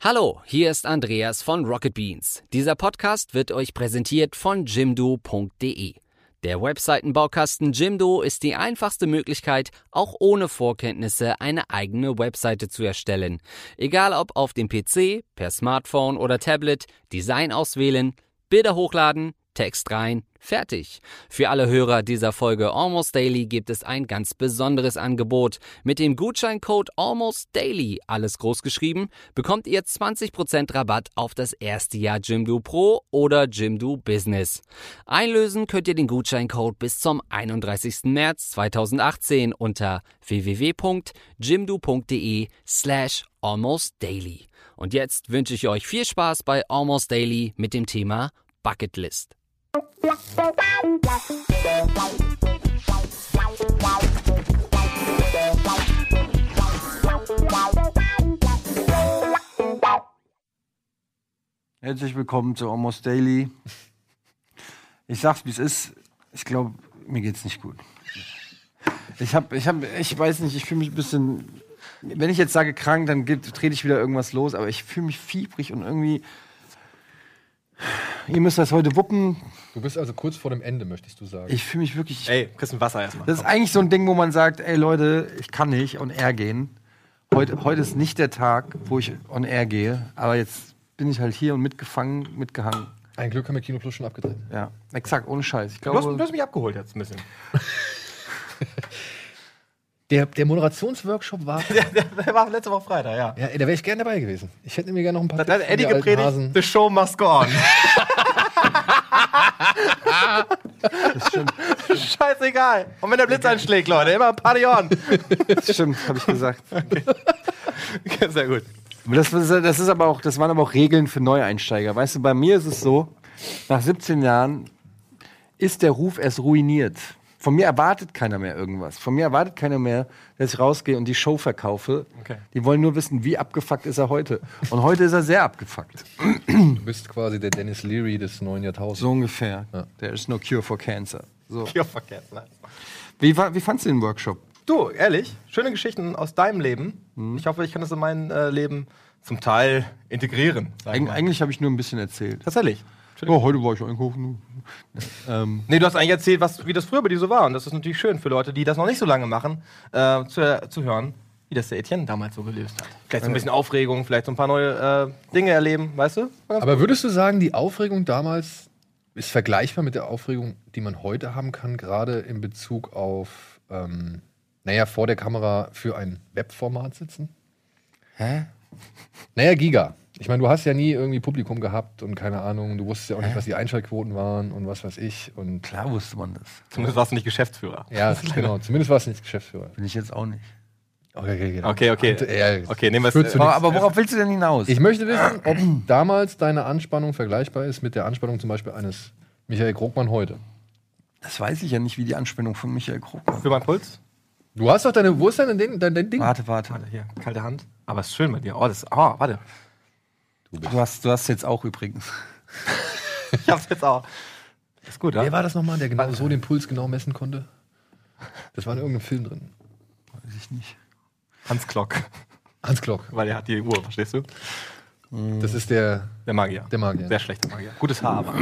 Hallo, hier ist Andreas von Rocket Beans. Dieser Podcast wird euch präsentiert von Jimdo.de. Der Webseitenbaukasten Jimdo ist die einfachste Möglichkeit, auch ohne Vorkenntnisse eine eigene Webseite zu erstellen. Egal ob auf dem PC, per Smartphone oder Tablet, Design auswählen, Bilder hochladen, Text rein, fertig. Für alle Hörer dieser Folge Almost Daily gibt es ein ganz besonderes Angebot. Mit dem Gutscheincode Almost Daily, alles groß geschrieben, bekommt ihr 20% Rabatt auf das erste Jahr Jimdo Pro oder Jimdo Business. Einlösen könnt ihr den Gutscheincode bis zum 31. März 2018 unter www.jimdo.de/almostdaily. Und jetzt wünsche ich euch viel Spaß bei Almost Daily mit dem Thema Bucketlist. Herzlich willkommen zu Almost Daily. Ich sag's, wie es ist. Ich glaube, mir geht's nicht gut. Ich weiß nicht, ich fühle mich ein bisschen. Wenn ich jetzt sage krank, dann trete ich wieder irgendwas los, aber ich fühle mich fiebrig und irgendwie. Ihr müsst das heute wuppen. Du bist also kurz vor dem Ende, möchtest du sagen. Ich fühle mich wirklich. Ey, kriegst ein Wasser erstmal. Das ist eigentlich so ein Ding, wo man sagt, ey Leute, ich kann nicht on air gehen. Heute ist nicht der Tag, wo ich on air gehe, aber jetzt bin ich halt hier und mitgehangen. Ein Glück haben wir Kino Plus schon abgedreht. Ja, exakt, ohne Scheiß. Ich Du glaube, hast mich abgeholt jetzt ein bisschen. Der Moderationsworkshop war. Der war letzte Woche Freitag, ja. Ja, da wäre ich gerne dabei gewesen. Ich hätte mir gerne noch ein paar. Da hat Tipps Eddie für die alten gepredigt, Hasen. the show must go on. das stimmt. Scheißegal. Und wenn der Blitz einschlägt, Leute, immer Party on. Das stimmt, habe ich gesagt. Okay, sehr gut. Das waren aber auch Regeln für Neueinsteiger. Weißt du, bei mir ist es so, nach 17 Jahren ist der Ruf erst ruiniert. Von mir erwartet keiner mehr irgendwas. Von mir erwartet keiner mehr, dass ich rausgehe und die Show verkaufe. Okay. Die wollen nur wissen, wie abgefuckt ist er heute. Und heute ist er sehr abgefuckt. Du bist quasi der Dennis Leary des neuen Jahrtausends. So ungefähr. Ja. There is no cure for cancer. So. Ja, verkehrt, nein. Wie fandst du den Workshop? Du, ehrlich, schöne Geschichten aus deinem Leben. Ich hoffe, ich kann das in mein Leben zum Teil integrieren. Eigentlich habe ich nur ein bisschen erzählt. Tatsächlich. Oh, heute war ich einkaufen. Nee, du hast eigentlich erzählt, wie das früher bei dir so war. Und das ist natürlich schön für Leute, die das noch nicht so lange machen, zu hören, wie das der Etienne damals so gelöst hat. Vielleicht so ein bisschen Aufregung, vielleicht so ein paar neue Dinge erleben, weißt du? Aber würdest du sagen, die Aufregung damals ist vergleichbar mit der Aufregung, die man heute haben kann, gerade in Bezug auf, vor der Kamera für ein Webformat sitzen? Hä? Naja, Giga. Ich meine, du hast ja nie irgendwie Publikum gehabt und keine Ahnung, du wusstest ja auch nicht, was die Einschaltquoten waren und was weiß ich. Und Klar wusste man das. Zumindest warst du nicht Geschäftsführer. ja, genau. Zumindest warst du nicht Geschäftsführer. Bin ich jetzt auch nicht. Okay. Okay, nehmen wir führt es. zu nichts. Aber worauf willst du denn hinaus? Ich möchte wissen, ob damals deine Anspannung vergleichbar ist mit der Anspannung zum Beispiel eines Michael Krogmann heute. Das weiß ich ja nicht, wie die Anspannung von Michael Krogmann. Für meinen Puls? Du hast doch wo ist dein Ding? Warte. Warte, hier, kalte Hand. Aber es ist schön bei dir. Warte. Du hast jetzt auch übrigens. Ich hab's jetzt auch. Ist gut, Wer ja? war das nochmal, der genau so den Puls genau messen konnte? Das war in irgendeinem Film drin. Weiß ich nicht. Hans Klock. Hans Klock. Weil er hat die Uhr, verstehst du? Das ist der Magier. Der Magier. Sehr schlechter Magier. Gutes Haar, aber.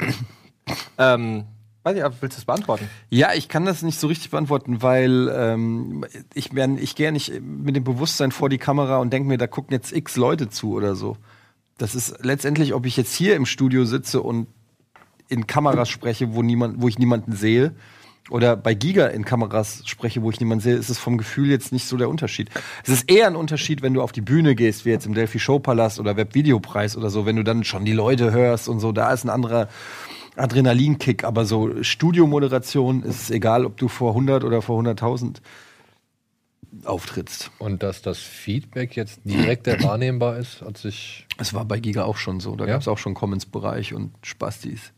Weiß ich, willst du das beantworten? Ja, ich kann das nicht so richtig beantworten, weil ich gehe nicht mit dem Bewusstsein vor die Kamera und denke mir, da gucken jetzt x Leute zu oder so. Das ist letztendlich, ob ich jetzt hier im Studio sitze und in Kameras spreche, wo ich niemanden sehe, oder bei Giga in Kameras spreche, wo ich niemanden sehe, ist es vom Gefühl jetzt nicht so der Unterschied. Es ist eher ein Unterschied, wenn du auf die Bühne gehst, wie jetzt im Delphi Showpalast oder Webvideopreis oder so, wenn du dann schon die Leute hörst und so, da ist ein anderer Adrenalinkick, aber so Studiomoderation ist es egal, ob du vor 100 oder vor 100.000 auftrittst. Und dass das Feedback jetzt direkter wahrnehmbar ist, hat sich. Es war bei Giga auch schon so, da gab es auch schon Comments-Bereich und Spastis.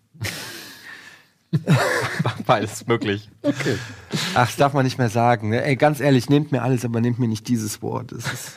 Beides möglich. Okay. Ach, das darf man nicht mehr sagen. Ne? Ey, ganz ehrlich, nehmt mir alles, aber nehmt mir nicht dieses Wort.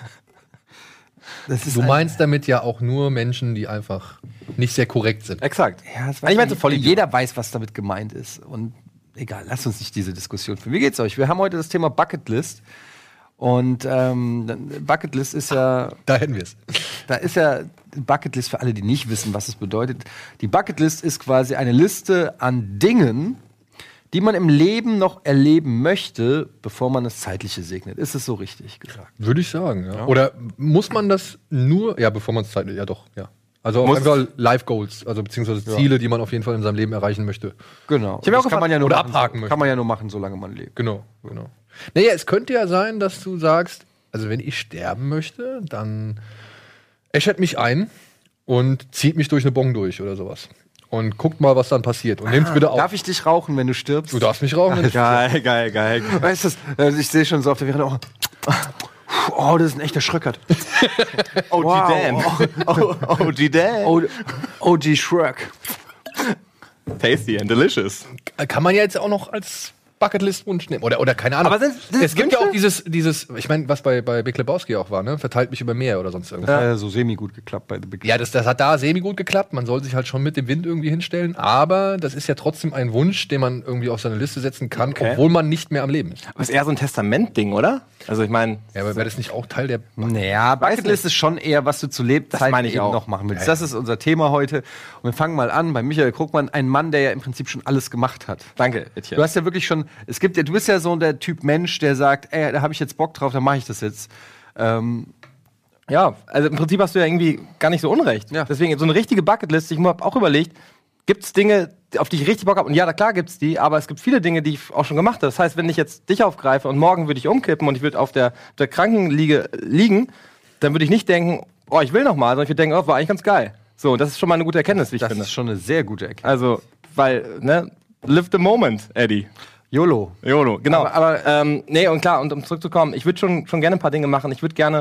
Du meinst damit ja auch nur Menschen, die einfach nicht sehr korrekt sind. Exakt. Ja, das Ich meine, voll jeder weiß, was damit gemeint ist. Und egal, lasst uns nicht diese Diskussion führen. Wie geht's euch? Wir haben heute das Thema Bucketlist. Und Bucketlist ist ja. Da hätten wir es. Da ist ja Bucketlist für alle, die nicht wissen, was es bedeutet. Die Bucketlist ist quasi eine Liste an Dingen, die man im Leben noch erleben möchte, bevor man das Zeitliche segnet. Ist es so richtig gesagt? Würde ich sagen, ja. Oder muss man das nur, ja, bevor man es zeitlich, ja doch, ja. Also auf jeden Fall Life Goals, also beziehungsweise Ziele, die man auf jeden Fall in seinem Leben erreichen möchte. Genau. Das kann man ja nur abhaken möchte. Kann man ja nur machen, solange man lebt. Genau. Naja, es könnte ja sein, dass du sagst, also wenn ich sterben möchte, dann äschert mich ein und zieht mich durch eine Bong durch oder sowas. Und guckt mal, was dann passiert. Und nehmt's wieder auf. Darf ich dich rauchen, wenn du stirbst? Du darfst mich rauchen, wenn du stirbst. Geil. Weißt du, ich sehe schon so auf der Während. Oh, das ist ein echter Schröckert. OG Dan. OG Dan. OG Shrek. Tasty and delicious. Kann man ja jetzt auch noch als Bucketlist-Wunsch nehmen. Oder keine Ahnung. Aber es gibt ja auch dieses, ich meine, was bei Big Lebowski auch war, ne? Verteilt mich über Meer oder sonst irgendwas. Das hat ja so semi-gut geklappt bei The Big Ja, das hat da semi-gut geklappt. Man soll sich halt schon mit dem Wind irgendwie hinstellen. Aber das ist ja trotzdem ein Wunsch, den man irgendwie auf seine Liste setzen kann, obwohl man nicht mehr am Leben ist. Aber ist eher so ein Testament-Ding, oder? Also ich meine... Ja, aber wäre das nicht auch Teil der... Naja, Bucketlist ist schon eher, was du zu Lebzeiten eben auch noch machen willst. Das ist unser Thema heute. Und wir fangen mal an bei Michael Krugmann, ein Mann, der ja im Prinzip schon alles gemacht hat. Danke, Etienne. Du hast ja wirklich schon, du bist ja so der Typ Mensch, der sagt, ey, da habe ich jetzt Bock drauf, dann mache ich das jetzt. Ja, also im Prinzip hast du ja irgendwie gar nicht so unrecht. Ja. Deswegen so eine richtige Bucketlist, ich habe auch überlegt, gibt es Dinge, auf die ich richtig Bock habe? Und ja, klar gibt's die, aber es gibt viele Dinge, die ich auch schon gemacht habe. Das heißt, wenn ich jetzt dich aufgreife und morgen würde ich umkippen und ich würde auf der Krankenliege liegen, dann würde ich nicht denken, oh, ich will noch mal, sondern ich würde denken, oh, war eigentlich ganz geil. So, das ist schon mal eine gute Erkenntnis, wie ich finde. Das ist schon eine sehr gute Erkenntnis. Also, weil, ne, live the moment, Eddie. YOLO, genau. Aber nee, und klar, und um zurückzukommen, ich würde schon gerne ein paar Dinge machen. Ich würde gerne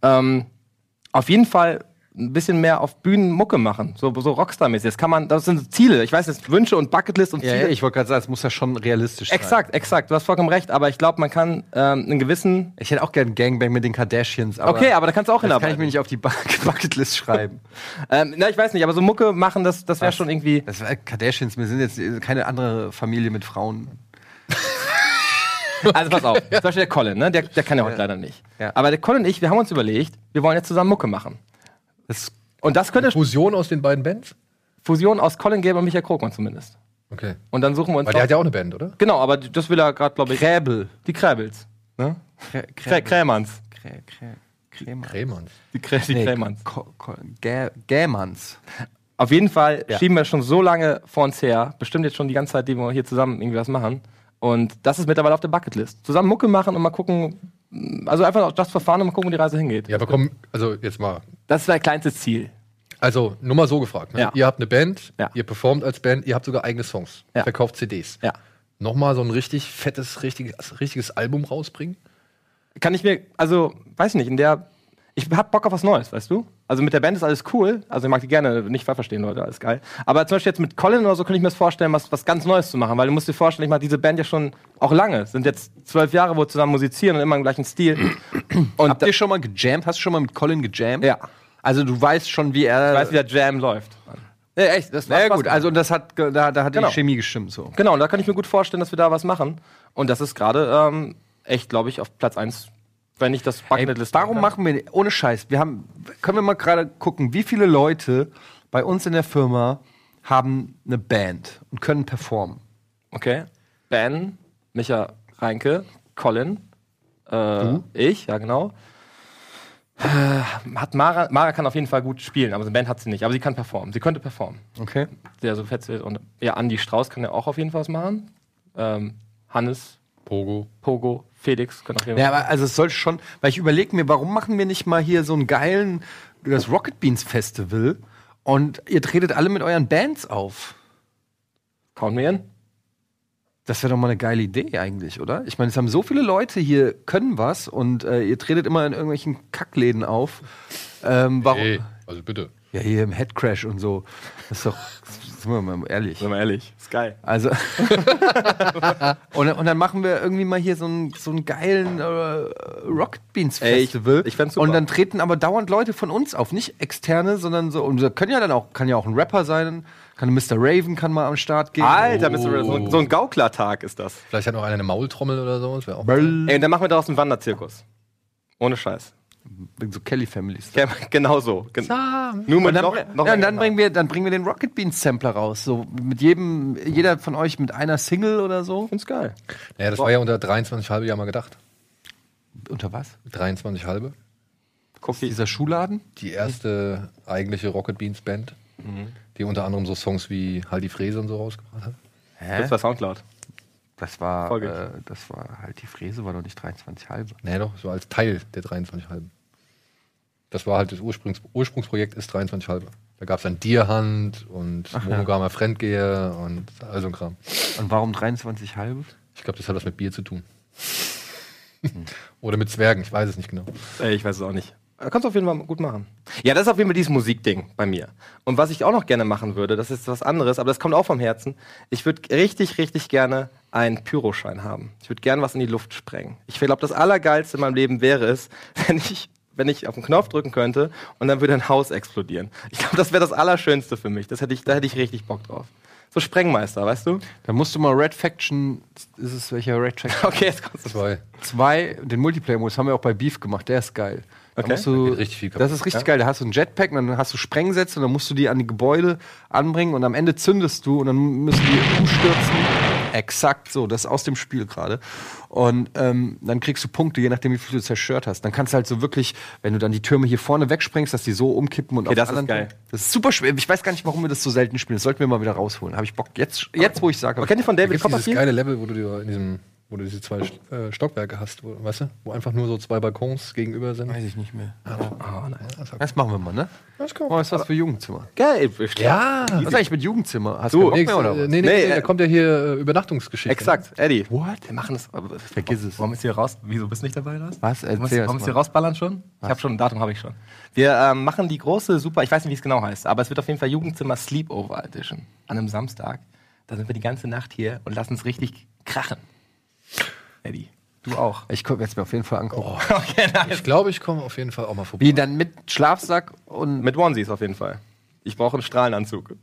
auf jeden Fall ein bisschen mehr auf Bühnen Mucke machen, so Rockstar-mäßig. Das sind Ziele. Ich weiß jetzt, Wünsche und Bucketlist und Ziele. Ja, ich wollte gerade sagen, es muss ja schon realistisch sein. Exakt, du hast vollkommen recht, aber ich glaube, man kann einen gewissen... Ich hätte auch gerne Gangbang mit den Kardashians. Okay, aber da kannst du auch hinarbeiten. Das kann ich mir nicht auf die Bucketlist schreiben. Ich weiß nicht, aber so Mucke machen, das wäre schon irgendwie... Das war Kardashians, wir sind jetzt keine andere Familie mit Frauen. Also pass auf, zum Beispiel der Colin, ne? Der kann ja heute leider nicht. Ja. Aber der Colin und ich, wir haben uns überlegt, wir wollen jetzt zusammen Mucke machen. Und das könnte... Fusion aus den beiden Bands? Fusion aus Colin Gable und Michael Krogmann zumindest. Okay. Und dann suchen wir uns... Weil der hat ja auch eine Band, oder? Genau, aber das will er gerade, glaube ich... Kräbel. Die Kräbels. Ne? Krämans. Krämans. Die Krämans. Gämans. Auf jeden Fall schieben wir schon so lange vor uns her, bestimmt jetzt schon die ganze Zeit, die wir hier zusammen irgendwie was machen. Und das ist mittlerweile auf der Bucketlist. Zusammen Mucke machen und mal gucken, also einfach auch das Verfahren und mal gucken, wo die Reise hingeht. Ja, aber komm, also jetzt mal. Das ist dein kleinstes Ziel. Also, nur mal so gefragt. Ne? Ja. Ihr habt eine Band, Ja. ihr performt als Band, ihr habt sogar eigene Songs, Ja. verkauft CDs. Ja. Nochmal so ein richtig fettes, richtiges Album rausbringen? Kann ich mir, also, weiß ich nicht, ich hab Bock auf was Neues, weißt du? Also mit der Band ist alles cool, also ich mag die gerne, nicht falsch verstehen, Leute, alles geil. Aber zum Beispiel jetzt mit Colin oder so könnte ich mir das vorstellen, was ganz Neues zu machen, weil du musst dir vorstellen, ich mache diese Band ja schon auch lange, sind jetzt 12 Jahre, wo wir zusammen musizieren und immer im gleichen Stil. Und habt ihr schon mal gejammt? Hast du schon mal mit Colin gejammt? Ja. Also du weißt schon, wie er... Ich weiß, wie der Jam läuft. Ja, echt, das war Ja, Spaß gut, gemacht. Also und das hat, da hat Genau. die Chemie gestimmt so. Genau, und da kann ich mir gut vorstellen, dass wir da was machen. Und das ist gerade echt, glaube ich, auf Platz 1, wenn ich das Bucketlist. Warum machen wir, ohne Scheiß, können wir mal gerade gucken, wie viele Leute bei uns in der Firma haben eine Band und können performen? Okay. Ben, Micha Reinke, Colin, ich, ja genau. Hat Mara kann auf jeden Fall gut spielen, aber so eine Band hat sie nicht. Aber sie kann performen. Sie könnte performen. Okay. Der so fett ist. Und ja, Andi Strauß kann ja auch auf jeden Fall was machen. Hannes, Pogo, Felix können auf jeden Fall. Ja, aber also es soll schon, weil ich überlege mir, warum machen wir nicht mal hier so einen geilen, das Rocket Beans Festival und ihr tretet alle mit euren Bands auf? Count me in. Das wäre doch mal eine geile Idee eigentlich, oder? Ich meine, es haben so viele Leute hier, können was und ihr tretet immer in irgendwelchen Kackläden auf. Warum? Hey, also bitte. Ja, hier im Headcrash und so. Das ist doch, sind wir mal ehrlich. Sind wir ehrlich, ist geil. Also und dann machen wir irgendwie mal hier so einen geilen Rocket Beans Festival. Ich fänd's super. Und dann treten aber dauernd Leute von uns auf, nicht externe, sondern so. Und kann ja auch ein Rapper sein, kann Mr. Raven kann mal am Start gehen. Alter, so ein Gauklertag ist das. Vielleicht hat noch einer eine Maultrommel oder so. Das wäre auch. Ey, und dann machen wir daraus einen Wanderzirkus. Ohne Scheiß. So Kelly-Families. Ja, genau so. Nur mit dann bringen wir den Rocket Beans Sampler raus. So mit jeder von euch mit einer Single oder so. Find's geil. Ja, das war ja unter 23,5 Jahr mal gedacht. Unter was? 23,5. Guck, dieser Schuhladen? Die erste eigentliche Rocket Beans Band, die unter anderem so Songs wie Halt die Fräse und so rausgebracht hat. Das war Soundcloud. Das war halt die Fräse, war doch nicht 23,5. Nee, doch, so als Teil der 23,5. Das war halt das Ursprungsprojekt ist 23,5. Da gab es dann Dierhand und monogamer Fremdgeher und all so ein Kram. Und warum 23,5? Ich glaube, das hat was mit Bier zu tun. Oder mit Zwergen, ich weiß es nicht genau. Ich weiß es auch nicht. Kannst du auf jeden Fall gut machen. Ja, das ist auf jeden Fall dieses Musikding bei mir. Und was ich auch noch gerne machen würde, das ist was anderes, aber das kommt auch vom Herzen. Ich würde richtig, richtig gerne einen Pyroschein haben. Ich würde gerne was in die Luft sprengen. Ich glaube, das Allergeilste in meinem Leben wäre es, wenn ich auf den Knopf drücken könnte und dann würde ein Haus explodieren. Ich glaube, das wäre das Allerschönste für mich. Da hätte ich richtig Bock drauf. So Sprengmeister, weißt du? Da musst du mal Red Faction, ist es welcher Red Faction? Okay, jetzt kommst du. 2, den Multiplayer-Modus haben wir auch bei Beef gemacht, der ist geil. Okay. Da musst du, richtig viel kaputt. das ist richtig geil, da hast du ein Jetpack, und dann hast du Sprengsätze und dann musst du die an die Gebäude anbringen und am Ende zündest du und dann müssen die umstürzen. Exakt so, das ist aus dem Spiel gerade. Und dann kriegst du Punkte, je nachdem, wie viel du zerstört hast. Dann kannst du halt so wirklich, wenn du dann die Türme hier vorne wegsprengst, dass die so umkippen und okay, auf das ist geil. Das ist super schwer. Ich weiß gar nicht, warum wir das so selten spielen. Das sollten wir mal wieder rausholen. Habe ich Bock. Jetzt wo ich sage. Kennt ihr von David Copperfield? Copperfield? Dieses geile Level, wo du diese 2 Stockwerke hast, weißt du? Wo einfach nur so 2 Balkons gegenüber sind. Weiß ich nicht mehr. Oh, nein. Das machen wir mal, ne? Das kommt. Oh, ist was für Jugendzimmer. Geil. Ja! Was ist eigentlich mit Jugendzimmer? Hast Du, du Bock mehr oder was? Nee, da kommt ja hier Übernachtungsgeschichte. Exakt, Eddie. What? Wir machen das. Vergiss es. Warum ist hier raus? Wieso bist du nicht dabei, Lars? Was? Warum Erzähl ist hier rausballern schon? Ich habe schon ein Datum, habe ich schon. Wir machen die große, super, ich weiß nicht, wie es genau heißt, aber es wird auf jeden Fall Jugendzimmer Sleepover Edition an einem Samstag. Da sind wir die ganze Nacht hier und lassen es richtig krachen. Eddie, du auch. Ich werde es mir auf jeden Fall angucken. Okay, nice. Ich glaube, ich komme auf jeden Fall auch mal vorbei. Wie, dann mit Schlafsack und... Mit Onesies auf jeden Fall. Ich brauche einen Strahlenanzug.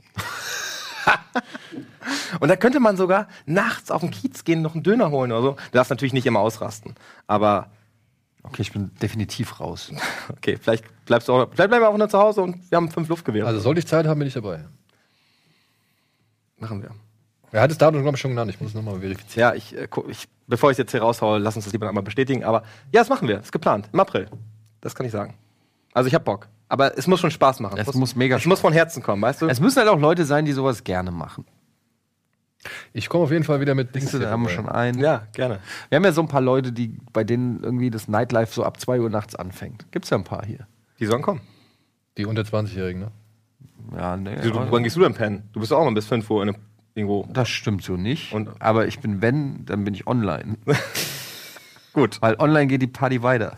Und da könnte man sogar nachts auf den Kiez gehen, noch einen Döner holen oder so. Du darfst natürlich nicht immer ausrasten, aber... Okay, ich bin definitiv raus. Okay, vielleicht bleiben wir auch nur zu Hause und wir haben 5 Luftgewehre. Also sollte ich Zeit haben, bin ich dabei. Machen wir. Er hat das Datum, glaube ich, schon genannt. Ich muss es nochmal verifizieren. Ja, bevor ich es jetzt hier raushaue, lass uns das lieber einmal bestätigen. Aber ja, das machen wir. Das ist geplant. Im April. Das kann ich sagen. Also ich hab Bock. Aber es muss schon Spaß machen. Es muss mega Es muss von Herzen kommen, weißt du? Es müssen halt auch Leute sein, die sowas gerne machen. Ich komme auf jeden Fall wieder mit Dings. Da haben wir schon einen. Ja, gerne. Wir haben ja so ein paar Leute, bei denen irgendwie das Nightlife so ab 2 Uhr nachts anfängt. Gibt's ja ein paar hier. Die sollen kommen. Die unter 20-Jährigen, ne? Ja, nee. Wann gehst du denn pennen? Du bist auch mal bis 5 Uhr irgendwo. Das stimmt so nicht. Und- Aber ich bin, dann bin ich online. Gut. Weil online geht die Party weiter.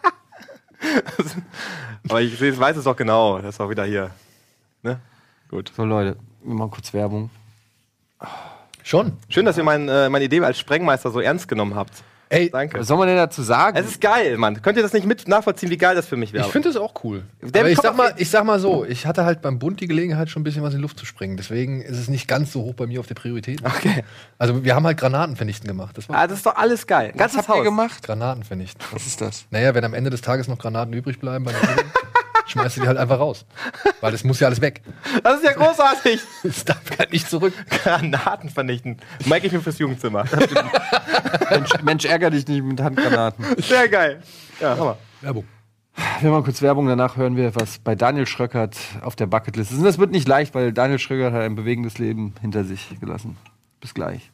Aber ich weiß es doch genau. Das ist auch wieder hier. Ne? Gut. So, Leute, wir machen kurz Werbung. Schon. Schön, dass ihr meine Idee als Sprengmeister so ernst genommen habt. Ey, Danke. Was soll man denn dazu sagen? Es ist geil, Mann. Könnt ihr das nicht mit nachvollziehen, wie geil das für mich wäre? ich finde das auch cool. David Aber ich sag mal so, ich hatte halt beim Bund die Gelegenheit, schon ein bisschen was in die Luft zu sprengen. Deswegen ist es nicht ganz so hoch bei mir auf der Priorität. Okay. Also wir haben halt Granaten vernichten gemacht. Das war Ah, das ist doch alles geil. Ein ganzes Was habt ihr Haus. gemacht? Granaten vernichten. Was ist das? Naja, wenn am Ende des Tages noch Granaten übrig bleiben, schmeißt du die halt einfach raus. Weil das muss ja alles weg. Das ist ja großartig. Das darf halt nicht zurück. Granaten vernichten. Merke ich mir fürs Jugendzimmer. Mensch, ärger dich nicht mit Handgranaten. Sehr geil. Ja, Hammer. Werbung. Wir machen kurz Werbung, danach hören wir, was bei Daniel Schröckert auf der Bucketlist ist. Und das wird nicht leicht, weil Daniel Schröckert hat ein bewegendes Leben hinter sich gelassen. Bis gleich.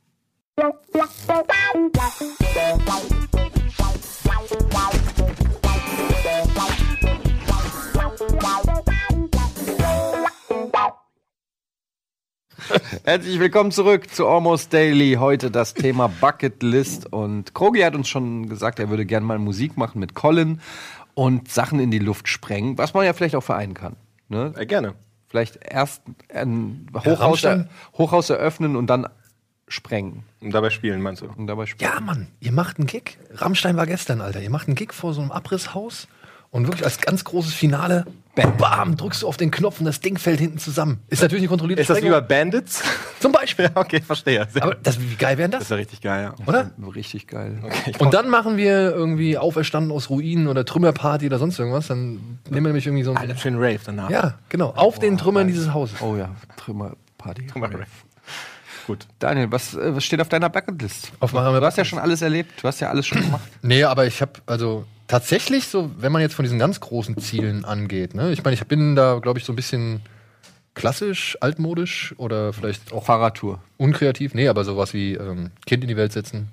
Herzlich willkommen zurück zu Almost Daily. Heute das Thema Bucketlist. Und Krogi hat uns schon gesagt, er würde gerne mal Musik machen mit Colin und Sachen in die Luft sprengen, was man ja vielleicht auch vereinen kann. Ne? Gerne. Vielleicht erst ein Rammstein? Hochhaus eröffnen und dann sprengen. Und dabei spielen, meinst du? Und dabei sprengen. Ja, Mann, ihr macht einen Gig. Rammstein war gestern, Alter. Ihr macht einen Gig vor so einem Abrisshaus und wirklich als ganz großes Finale Bam, drückst du auf den Knopf und das Ding fällt hinten zusammen. Ist natürlich nicht kontrolliert. Ist das wie bei Bandits? Zum Beispiel. Okay, verstehe. Aber wie geil wäre das? Das ist ja richtig geil, ja. Oder? Richtig geil. Okay, Und dann machen wir irgendwie Auferstanden aus Ruinen oder Trümmerparty oder sonst irgendwas. Dann nehmen wir nämlich irgendwie so einen schönen Rave danach. Ja, genau. Auf den Trümmern dieses Hauses. Oh ja, Trümmerparty. Rave. Gut. Daniel, was steht auf deiner Bucketlist? Auf meiner Du hast ja schon alles erlebt. Du hast ja alles schon gemacht. Nee, aber ich habe also tatsächlich so, wenn man jetzt von diesen ganz großen Zielen angeht, ne? Ich meine, ich bin da, glaube ich, so ein bisschen klassisch, altmodisch oder vielleicht auch Fahrradtour. unkreativ. Nee, aber sowas wie Kind in die Welt setzen,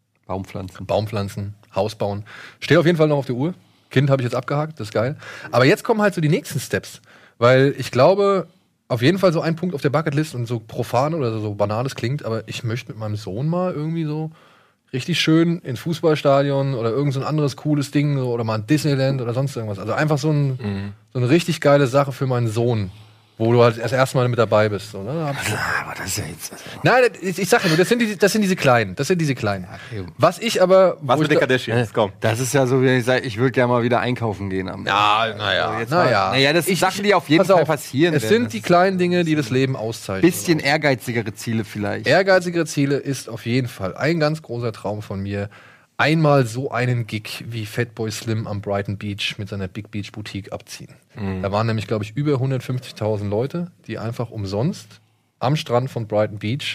Baumpflanzen, Haus bauen. Steht auf jeden Fall noch auf der Uhr. Kind habe ich jetzt abgehakt, das ist geil. Aber jetzt kommen halt so die nächsten Steps. Weil ich glaube, auf jeden Fall so ein Punkt auf der Bucketlist und so profan oder so banal es klingt, aber ich möchte mit meinem Sohn mal irgendwie so richtig schön ins Fußballstadion oder irgend so ein anderes cooles Ding so, oder mal ein Disneyland oder sonst irgendwas. Also einfach so eine richtig geile Sache für meinen Sohn, wo du halt erst mal mit dabei bist. So, ne? aber das ist ja jetzt. Nein, ich sag ja nur, das sind diese Kleinen. Okay. Was ich aber. Was mit den Kardashians? Komm. Das ist ja so, wie ich sage, ich würde gerne mal wieder einkaufen gehen. Naja. Naja, das sind Sachen, die auf jeden Fall passieren. Es sind die kleinen Dinge, die das Leben auszeichnen. Bisschen ehrgeizigere Ziele vielleicht. Ehrgeizigere Ziele ist auf jeden Fall ein ganz großer Traum von mir. Einmal so einen Gig wie Fatboy Slim am Brighton Beach mit seiner Big Beach Boutique abziehen. Da waren nämlich, glaube ich, über 150.000 Leute, die einfach umsonst am Strand von Brighton Beach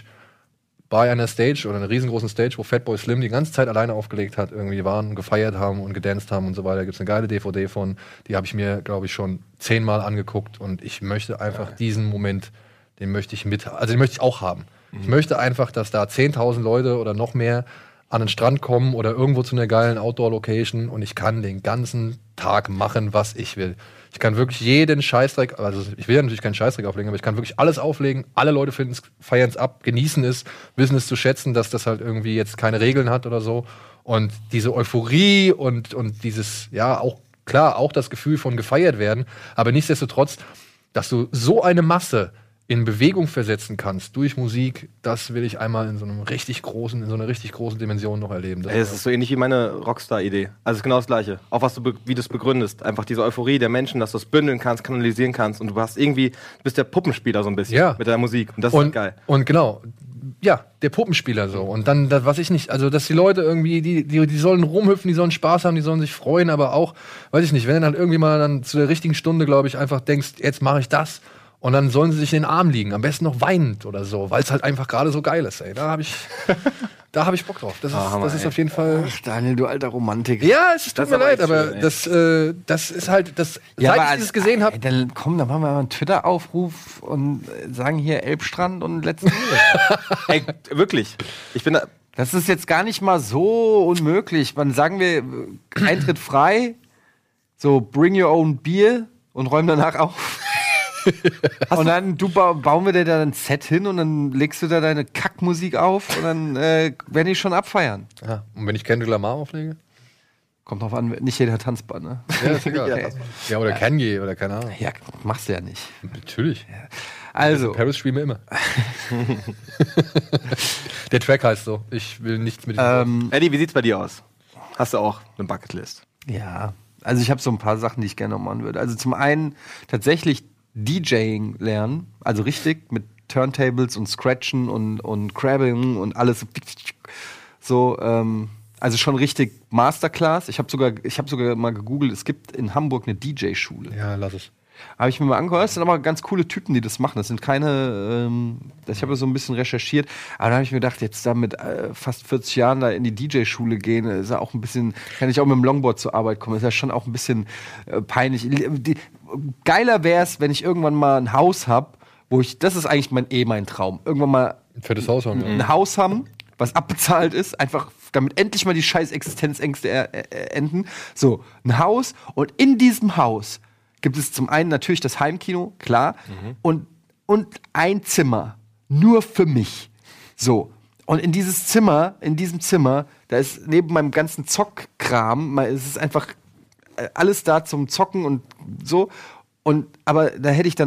bei einer Stage oder einer riesengroßen Stage, wo Fatboy Slim die ganze Zeit alleine aufgelegt hat, irgendwie waren und gefeiert haben und gedanced haben und so weiter. Da gibt es eine geile DVD von, die habe ich mir, glaube ich, schon 10-mal angeguckt und ich möchte einfach diesen Moment, den möchte ich auch haben. Ich möchte einfach, dass da 10.000 Leute oder noch mehr an den Strand kommen oder irgendwo zu einer geilen Outdoor-Location und ich kann den ganzen Tag machen, was ich will. Ich kann wirklich jeden Scheißdreck, also ich will ja natürlich keinen Scheißdreck auflegen, aber ich kann wirklich alles auflegen. Alle Leute feiern es ab, genießen es, wissen es zu schätzen, dass das halt irgendwie jetzt keine Regeln hat oder so. Und diese Euphorie und dieses, ja, auch klar, auch das Gefühl von gefeiert werden, aber nichtsdestotrotz, dass du so eine Masse in Bewegung versetzen kannst durch Musik, das will ich einmal in so einer richtig großen Dimension noch erleben. Das ist so ähnlich wie meine Rockstar-Idee. Also genau das Gleiche. Auch wie du es begründest. Einfach diese Euphorie der Menschen, dass du es bündeln kannst, kanalisieren kannst und du bist der Puppenspieler so ein bisschen mit der Musik. Und das ist geil. Und genau, ja, der Puppenspieler so. Und dann, was ich nicht, also dass die Leute irgendwie, die sollen rumhüpfen, die sollen Spaß haben, die sollen sich freuen, aber auch, weiß ich nicht, wenn du dann irgendwie mal dann zu der richtigen Stunde, glaube ich, einfach denkst, jetzt mache ich das. Und dann sollen sie sich in den Arm liegen, am besten noch weinend oder so, weil es halt einfach gerade so geil ist. Ey. Da habe ich Bock drauf. Das ist auf jeden Fall. Ach, Daniel, du alter Romantiker. Ja, es tut mir leid, aber das ist halt, seit ich das gesehen habe. Dann machen wir mal einen Twitter-Aufruf und sagen hier Elbstrand und letzten Ey, wirklich. Das ist jetzt gar nicht mal so unmöglich. Dann sagen wir Eintritt frei, so bring your own beer und räumen danach auf. Und dann bauen wir dir da ein Set hin und dann legst du da deine Kackmusik auf und dann werden die schon abfeiern. Ja, und wenn ich Kendrick Lamar auflege? Kommt drauf an, nicht jeder tanzbar, ne? Ja, ist egal. Okay. Ja, oder Kanye oder keine Ahnung. Ja, machst du ja nicht. Natürlich. Ja. Also. Paris spielen wir immer. Der Track heißt so. Ich will nichts mit ihm. Eddie, wie sieht's bei dir aus? Hast du auch eine Bucketlist? Ja, also ich habe so ein paar Sachen, die ich gerne noch machen würde. Also zum einen tatsächlich DJing lernen, also richtig mit Turntables und Scratchen und Crabbing und alles so, also schon richtig Masterclass. Ich habe sogar mal gegoogelt, es gibt in Hamburg eine DJ-Schule. Ja, lass es. Habe ich mir mal angehört, das sind aber ganz coole Typen, die das machen. Das sind keine, ich habe so ein bisschen recherchiert, aber da habe ich mir gedacht, jetzt da mit fast 40 Jahren da in die DJ-Schule gehen, ist ja auch ein bisschen, kann ich auch mit dem Longboard zur Arbeit kommen, ist ja schon auch ein bisschen peinlich. Geiler wäre es, wenn ich irgendwann mal ein Haus habe, das ist eigentlich mein Traum, irgendwann mal ein fettes Haus haben, ein Haus haben, was abbezahlt ist, einfach damit endlich mal die scheiß Existenzängste enden. So, ein Haus und in diesem Haus gibt es zum einen natürlich das Heimkino, klar, und ein Zimmer, nur für mich. So, und in diesem Zimmer, da ist neben meinem ganzen Zockkram, es ist einfach alles da zum Zocken und so. Aber da hätte ich dann auch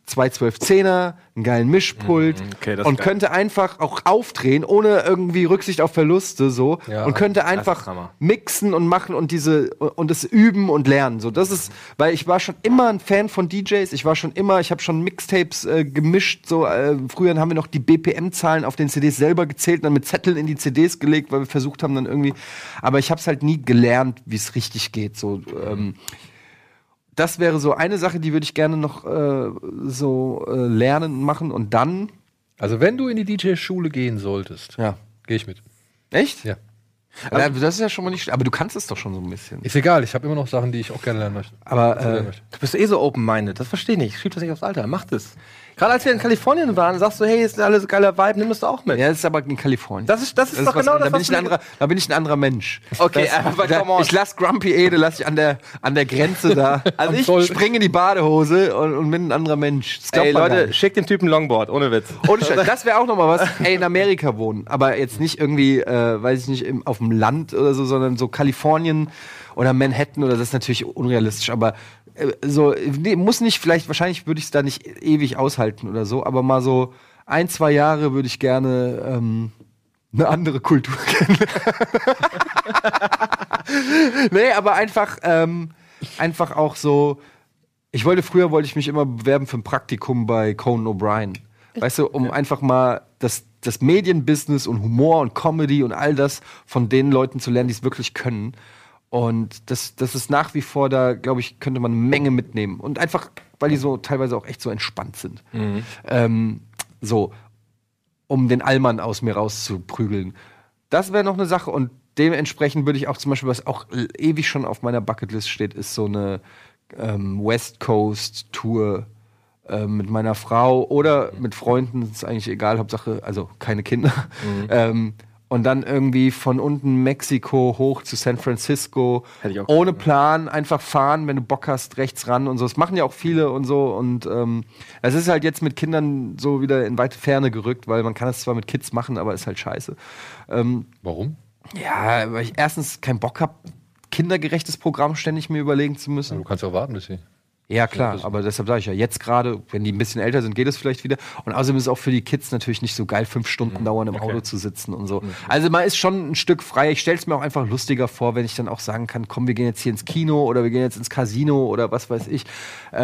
2 12-10er, einen geilen Mischpult Okay, das ist und geil. könnte einfach auch aufdrehen, ohne irgendwie Rücksicht auf Verluste so Ja, und könnte ist einfach Hammer. mixen und machen und es üben und lernen. So, das ist, weil ich war schon immer ein Fan von DJs, ich habe schon Mixtapes gemischt, so früher haben wir noch die BPM-Zahlen auf den CDs selber gezählt und dann mit Zetteln in die CDs gelegt, weil wir versucht haben dann irgendwie, aber ich habe es halt nie gelernt, wie es richtig geht. So, das wäre so eine Sache, die würde ich gerne noch lernen und machen und dann. Also wenn du in die DJ-Schule gehen solltest, Ja. gehe ich mit. Echt? Ja. Aber das ist ja schon mal nicht. Aber du kannst es doch schon so ein bisschen. Ist egal, ich habe immer noch Sachen, die ich auch gerne lernen möchte. Aber Du bist eh so open-minded, das verstehe ich nicht. Schieb das nicht aufs Alter, mach das. Gerade als wir in Kalifornien waren, sagst du, hey, ist alles geiler Vibe, nimm das doch auch mit. ja, das ist aber in Kalifornien. Das ist doch genau da das, bin was ich da bin ich ein anderer Mensch. Okay, aber come on. Ich lass Grumpy Ede, lass ich an der Grenze da. Also ich Zoll. springe in die Badehose und bin ein anderer Mensch. Das glaubt Ey, man gar Leute, nicht. schickt dem Typen Longboard, ohne Witz. Ohne Scheiß, das wäre auch noch mal was. Ey, in Amerika wohnen, aber jetzt nicht irgendwie, weiß ich nicht, auf dem Land oder so, sondern so Kalifornien oder Manhattan oder das ist natürlich unrealistisch, aber so, nee, muss nicht, vielleicht, wahrscheinlich würde ich es da nicht ewig aushalten oder so, aber mal so 1, 2 Jahre würde ich gerne eine andere Kultur kennen. Nee, aber einfach auch so, früher wollte ich mich immer bewerben für ein Praktikum bei Conan O'Brien. Weißt du, um einfach mal das Medienbusiness und Humor und Comedy und all das von den Leuten zu lernen, die es wirklich können. Und das ist nach wie vor, da glaube ich, könnte man eine Menge mitnehmen. Und einfach, weil die so teilweise auch echt so entspannt sind. So, um den Allmann aus mir rauszuprügeln. Das wäre noch eine Sache. Und dementsprechend würde ich auch zum Beispiel, was auch ewig schon auf meiner Bucketlist steht, ist so eine West Coast Tour mit meiner Frau oder mit Freunden. Das ist eigentlich egal, Hauptsache, also keine Kinder. Und dann irgendwie von unten Mexiko hoch zu San Francisco. Hätte ich auch Ohne Plan, einfach fahren, wenn du Bock hast, rechts ran und so. Das machen ja auch viele und so. Und es ist halt jetzt mit Kindern so wieder in weite Ferne gerückt, weil man kann es zwar mit Kids machen, aber ist halt scheiße. Warum? Ja, weil ich erstens keinen Bock habe, kindergerechtes Programm ständig mir überlegen zu müssen. Du kannst ja auch warten, bis sie. Ja, klar, aber deshalb sage ich ja, jetzt gerade, wenn die ein bisschen älter sind, geht es vielleicht wieder. Und außerdem ist es auch für die Kids natürlich nicht so geil, 5 Stunden dauernd im Auto zu sitzen und so. Also man ist schon ein Stück frei. Ich stelle es mir auch einfach lustiger vor, wenn ich dann auch sagen kann, komm, wir gehen jetzt hier ins Kino oder wir gehen jetzt ins Casino oder was weiß ich.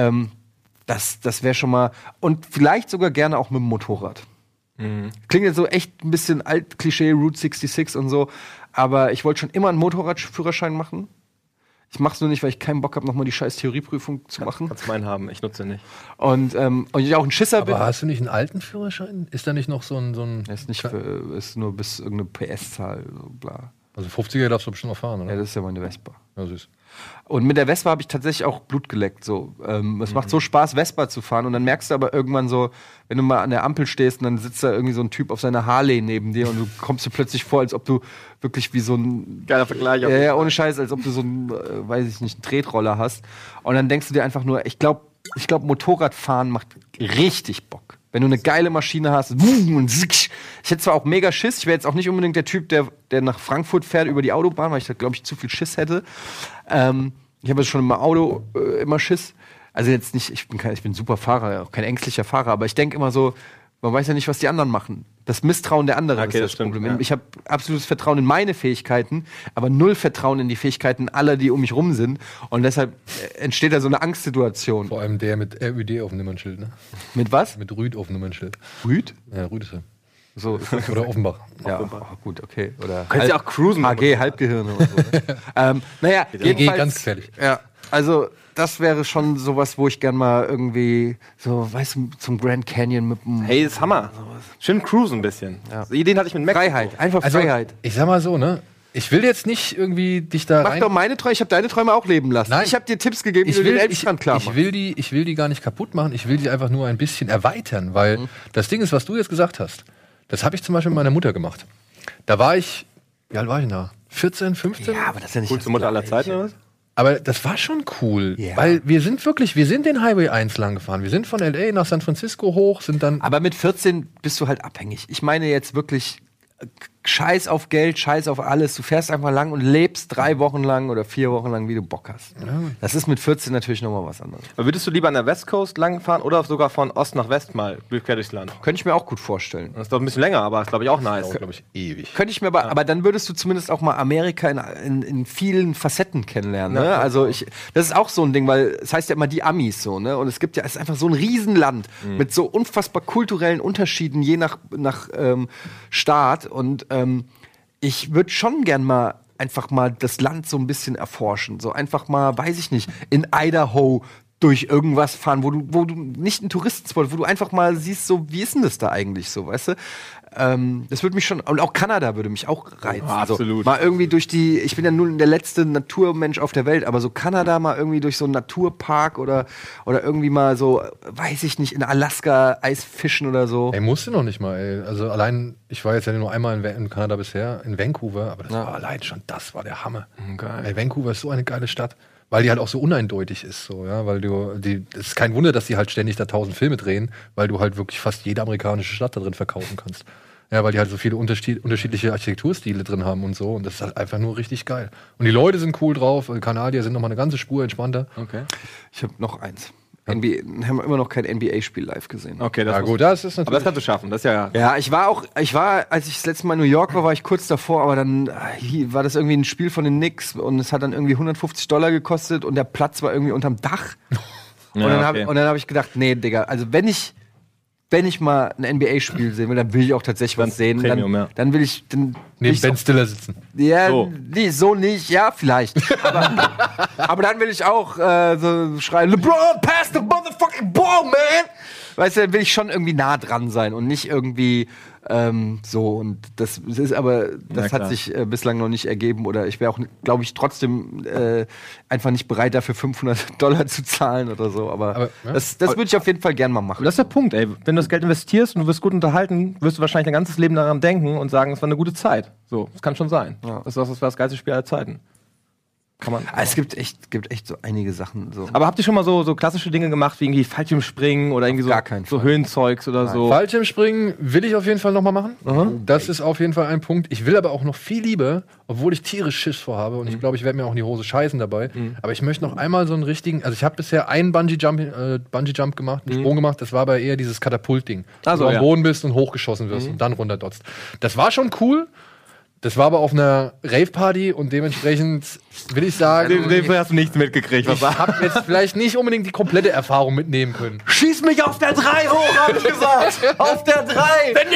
Das wäre schon mal, und vielleicht sogar gerne auch mit dem Motorrad. Klingt jetzt so echt ein bisschen alt, Klischee, Route 66 und so, aber ich wollte schon immer einen Motorradführerschein machen. Ich mach's nur nicht, weil ich keinen Bock habe, nochmal die scheiß Theorieprüfung zu machen. Kannst meinen haben, ich nutze ihn nicht. Und ich auch ein Schisser bin. Aber hast du nicht einen alten Führerschein? Ist da nicht noch so ein Ist nicht ist nur bis irgendeine PS-Zahl, so bla. also 50er darfst du bestimmt noch fahren, oder? Ja, das ist ja meine Vespa. Ja, süß. Und mit der Vespa habe ich tatsächlich auch Blut geleckt. So. Es macht so Spaß, Vespa zu fahren. Und dann merkst du aber irgendwann so, wenn du mal an der Ampel stehst und dann sitzt da irgendwie so ein Typ auf seiner Harley neben dir und du kommst dir plötzlich vor, als ob du wirklich wie so ein Geiler Vergleich. ja, ohne Scheiß, als ob du so ein, weiß ich nicht, einen Tretroller hast. Und dann denkst du dir einfach nur, ich glaube, Motorradfahren macht richtig Bock. Wenn du eine geile Maschine hast, und ich hätte zwar auch mega Schiss, ich wäre jetzt auch nicht unbedingt der Typ, der nach Frankfurt fährt über die Autobahn, weil ich da, glaube ich, zu viel Schiss hätte. Ich habe schon im Auto immer Schiss. Also jetzt nicht, ich bin super Fahrer, auch kein ängstlicher Fahrer, aber ich denke immer so, man weiß ja nicht, was die anderen machen. Das Misstrauen der anderen Okay, ist das stimmt, Problem. ja. Ich habe absolutes Vertrauen in meine Fähigkeiten, aber null Vertrauen in die Fähigkeiten aller, die um mich rum sind. Und deshalb entsteht da so eine Angstsituation. Vor allem der mit RÜD auf dem Nummernschild, ne? Mit was? Mit Rüd auf dem Nummernschild. Rüd? Ja, Rüd ist er. So, Oder Offenbach. ja, gut, okay. Oder Kannst ja auch cruisen. HG, Halbgehirne oder so. Ne? Naja, jedenfalls, ganz gefährlich. Ja, also das wäre schon sowas, wo ich gern mal irgendwie so, weißt du, zum Grand Canyon mit dem Hey, das ist Hammer. Schön cruisen ein bisschen. Ja. Die Ideen hatte ich mit Mexiko. Freiheit, einfach Also, Freiheit. ich sag mal so, ne? Ich will jetzt nicht irgendwie dich da Mach rein... doch meine Träume, ich habe deine Träume auch leben lassen. Nein. Ich habe dir Tipps gegeben, wie du den Elbstrand klar machst. Ich will die gar nicht kaputt machen, ich will die einfach nur ein bisschen erweitern, weil das Ding ist, was du jetzt gesagt hast, das habe ich zum Beispiel mit meiner Mutter gemacht. Da war ich, wie alt war ich denn da? 14, 15? Ja, aber das ist ja nicht Coolste Mutter aller Zeiten, oder was? Aber das war schon cool, Ja. weil wir sind den Highway 1 lang gefahren. Wir sind von L.A. nach San Francisco hoch, sind dann... Aber mit 14 bist du halt abhängig. Ich meine jetzt wirklich Scheiß auf Geld, scheiß auf alles. Du fährst einfach lang und lebst 3 Wochen lang oder 4 Wochen lang, wie du Bock hast. Das ist mit 14 natürlich nochmal was anderes. Aber würdest du lieber an der West Coast langfahren oder sogar von Ost nach West mal quer durchs Land? Könnte ich mir auch gut vorstellen. Das ist doch ein bisschen länger, aber ist, glaube ich, auch nice. Glaube ich, ewig. Könnte ich mir aber dann würdest du zumindest auch mal Amerika in vielen Facetten kennenlernen. Ne? Also das ist auch so ein Ding, weil es heißt ja immer die Amis so, ne? Und es ist einfach so ein Riesenland mit so unfassbar kulturellen Unterschieden je nach Staat. Und ich würde schon gern mal einfach mal das Land so ein bisschen erforschen. So einfach mal, weiß ich nicht, in Idaho durch irgendwas fahren, wo du nicht ein Touristenspot, wo du einfach mal siehst, so, wie ist denn das da eigentlich so, weißt du? Das würde mich schon, und auch Kanada würde mich auch reizen. Absolut. So, mal irgendwie ich bin ja nun der letzte Naturmensch auf der Welt, aber so Kanada mal irgendwie durch so einen Naturpark oder irgendwie mal so, weiß ich nicht, in Alaska Eisfischen oder so. Ey, musste noch nicht mal, ey. Also allein, ich war jetzt ja nur einmal in Kanada bisher, in Vancouver, aber das war allein schon, das war der Hammer. Geil. Ey, Vancouver ist so eine geile Stadt. Weil die halt auch so uneindeutig ist, so, ja, weil es ist kein Wunder, dass die halt ständig da 1000 Filme drehen, weil du halt wirklich fast jede amerikanische Stadt da drin verkaufen kannst. Ja, weil die halt so viele unterschiedliche Architekturstile drin haben und so, und das ist halt einfach nur richtig geil. Und die Leute sind cool drauf, die Kanadier sind nochmal eine ganze Spur entspannter. Okay. Ich habe noch eins. Haben wir immer noch kein NBA-Spiel live gesehen. Okay, das gut, das ist natürlich. Aber das kannst du schaffen, das ist ja. Ja, ich war, als ich das letzte Mal in New York war ich kurz davor, aber dann war das irgendwie ein Spiel von den Knicks und es hat dann irgendwie $150 gekostet und der Platz war irgendwie unterm Dach. Und dann habe ich gedacht, nee, Digga, also wenn ich mal ein NBA-Spiel sehen will, dann will ich auch tatsächlich was sehen. Premium, dann will ich. Neben Ben Stiller sitzen. Ja, So. Nee, so nicht, ja, vielleicht. aber dann will ich auch so schreien, LeBron, pass the motherfucking ball, man! Weißt du, dann will ich schon irgendwie nah dran sein und nicht irgendwie so. Und das hat sich bislang noch nicht ergeben. Oder ich wäre auch, glaube ich, trotzdem einfach nicht bereit, dafür $500 zu zahlen oder so. Aber das würde ich auf jeden Fall gern mal machen. Aber das ist der Punkt, ey. Wenn du das Geld investierst und du wirst gut unterhalten, wirst du wahrscheinlich dein ganzes Leben daran denken und sagen, es war eine gute Zeit. So, das kann schon sein. Ja. Das war das geilste Spiel aller Zeiten. Kann man. Es gibt echt so einige Sachen. So. Aber habt ihr schon mal so klassische Dinge gemacht, wie irgendwie Fallschirmspringen oder irgendwie gar keinen so Fall. Höhenzeugs oder so? Fallschirmspringen will ich auf jeden Fall nochmal machen. Das ist auf jeden Fall ein Punkt. Ich will aber auch noch viel lieber, obwohl ich tierisch Schiss vorhabe und ich glaube, ich werde mir auch in die Hose scheißen dabei. Aber ich möchte noch einmal so einen richtigen, also ich habe bisher einen Bungee-Jump gemacht, einen Sprung gemacht, das war aber eher dieses Katapult-Ding. Also, wo du am Boden bist und hochgeschossen wirst und dann runterdotzt. Das war schon cool. Das war aber auf einer Rave-Party und dementsprechend will ich sagen, Den hast du nichts mitgekriegt. ich habe jetzt vielleicht nicht unbedingt die komplette Erfahrung mitnehmen können. Schieß mich auf der 3 hoch, hab ich gesagt! Auf der 3! Wenn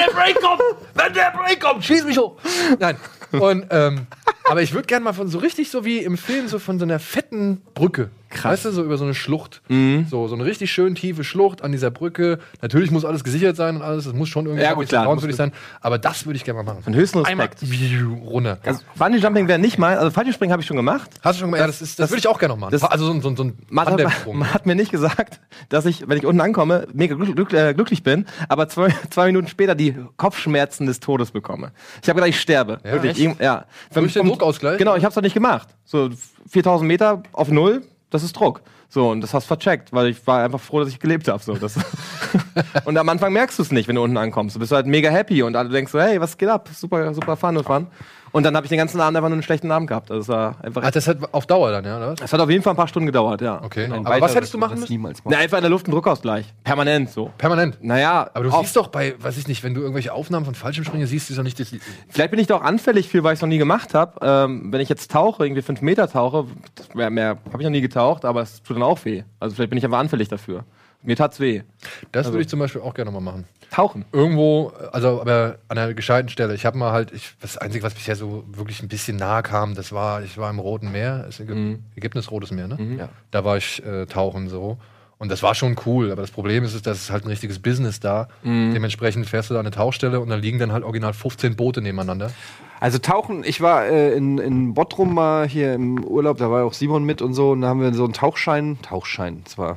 der Break kommt, schieß mich hoch! Nein. Und, aber ich würde gerne mal von so richtig, so wie im Film, so von so einer fetten Brücke. Krass. Weißt du, so über so eine Schlucht. So eine richtig schön tiefe Schlucht an dieser Brücke. Natürlich muss alles gesichert sein und alles. Das muss schon irgendwie vertrauenswürdig sein. Aber das würde ich gerne mal machen. Von höchsten Respekt. Einmal runter. Also, Bungee-Jumping wäre nicht mal, also Fallschirmspringen habe ich schon gemacht. Hast du schon gemacht? Ja, das würde ich auch gerne noch machen. Also so ein Tandemsprung. Man hat mir nicht gesagt, dass ich, wenn ich unten ankomme, mega glücklich bin, aber zwei Minuten später die Kopfschmerzen des Todes bekomme. Ich habe gedacht, ich sterbe. Ja, wirklich. Ja. Durch den Druckausgleich? Genau, ich habe es doch nicht gemacht. So 4000 Meter auf Null, das ist Druck. So, und das hast vercheckt, weil ich war einfach froh, dass ich gelebt habe. So, und am Anfang merkst du es nicht, wenn du unten ankommst. Du bist halt mega happy und alle denkst so, hey, was geht ab? Super, super Fun und Fun. Und dann habe ich den ganzen Abend einfach nur einen schlechten Abend gehabt. Also, das war einfach. Das hat auf Dauer dann, ja, oder was? Das hat auf jeden Fall ein paar Stunden gedauert, ja. Okay. Genau. Aber was hättest du machen müssen? Niemals machen. Na, einfach in der Luft einen Druckausgleich. Permanent so. Permanent. Naja, Aber du siehst doch bei, weiß ich nicht, wenn du irgendwelche Aufnahmen von Fallschirmspringen siehst, ist doch nicht das. vielleicht bin ich da auch anfällig für, weil ich es noch nie gemacht habe. Wenn ich jetzt tauche, irgendwie 5 Meter tauche, mehr habe ich noch nie getaucht, aber es tut dann auch weh. Also vielleicht bin ich einfach anfällig dafür. Mir tat's weh. Das würde ich zum Beispiel auch gerne mal machen. Tauchen. Irgendwo, also aber an einer gescheiten Stelle. Ich habe mal halt, das Einzige, was bisher so wirklich ein bisschen nahe kam, ich war im Roten Meer, ist Ägypten ist Rotes Meer, ne? Ja. Da war ich tauchen so. Und das war schon cool, aber das Problem ist, dass es halt ein richtiges Business da. Dementsprechend fährst du da an eine Tauchstelle und da liegen dann halt original 15 Boote nebeneinander. Also Tauchen, ich war in Bottrum mal hier im Urlaub, da war auch Simon mit und so, und da haben wir so einen Tauchschein, zwar,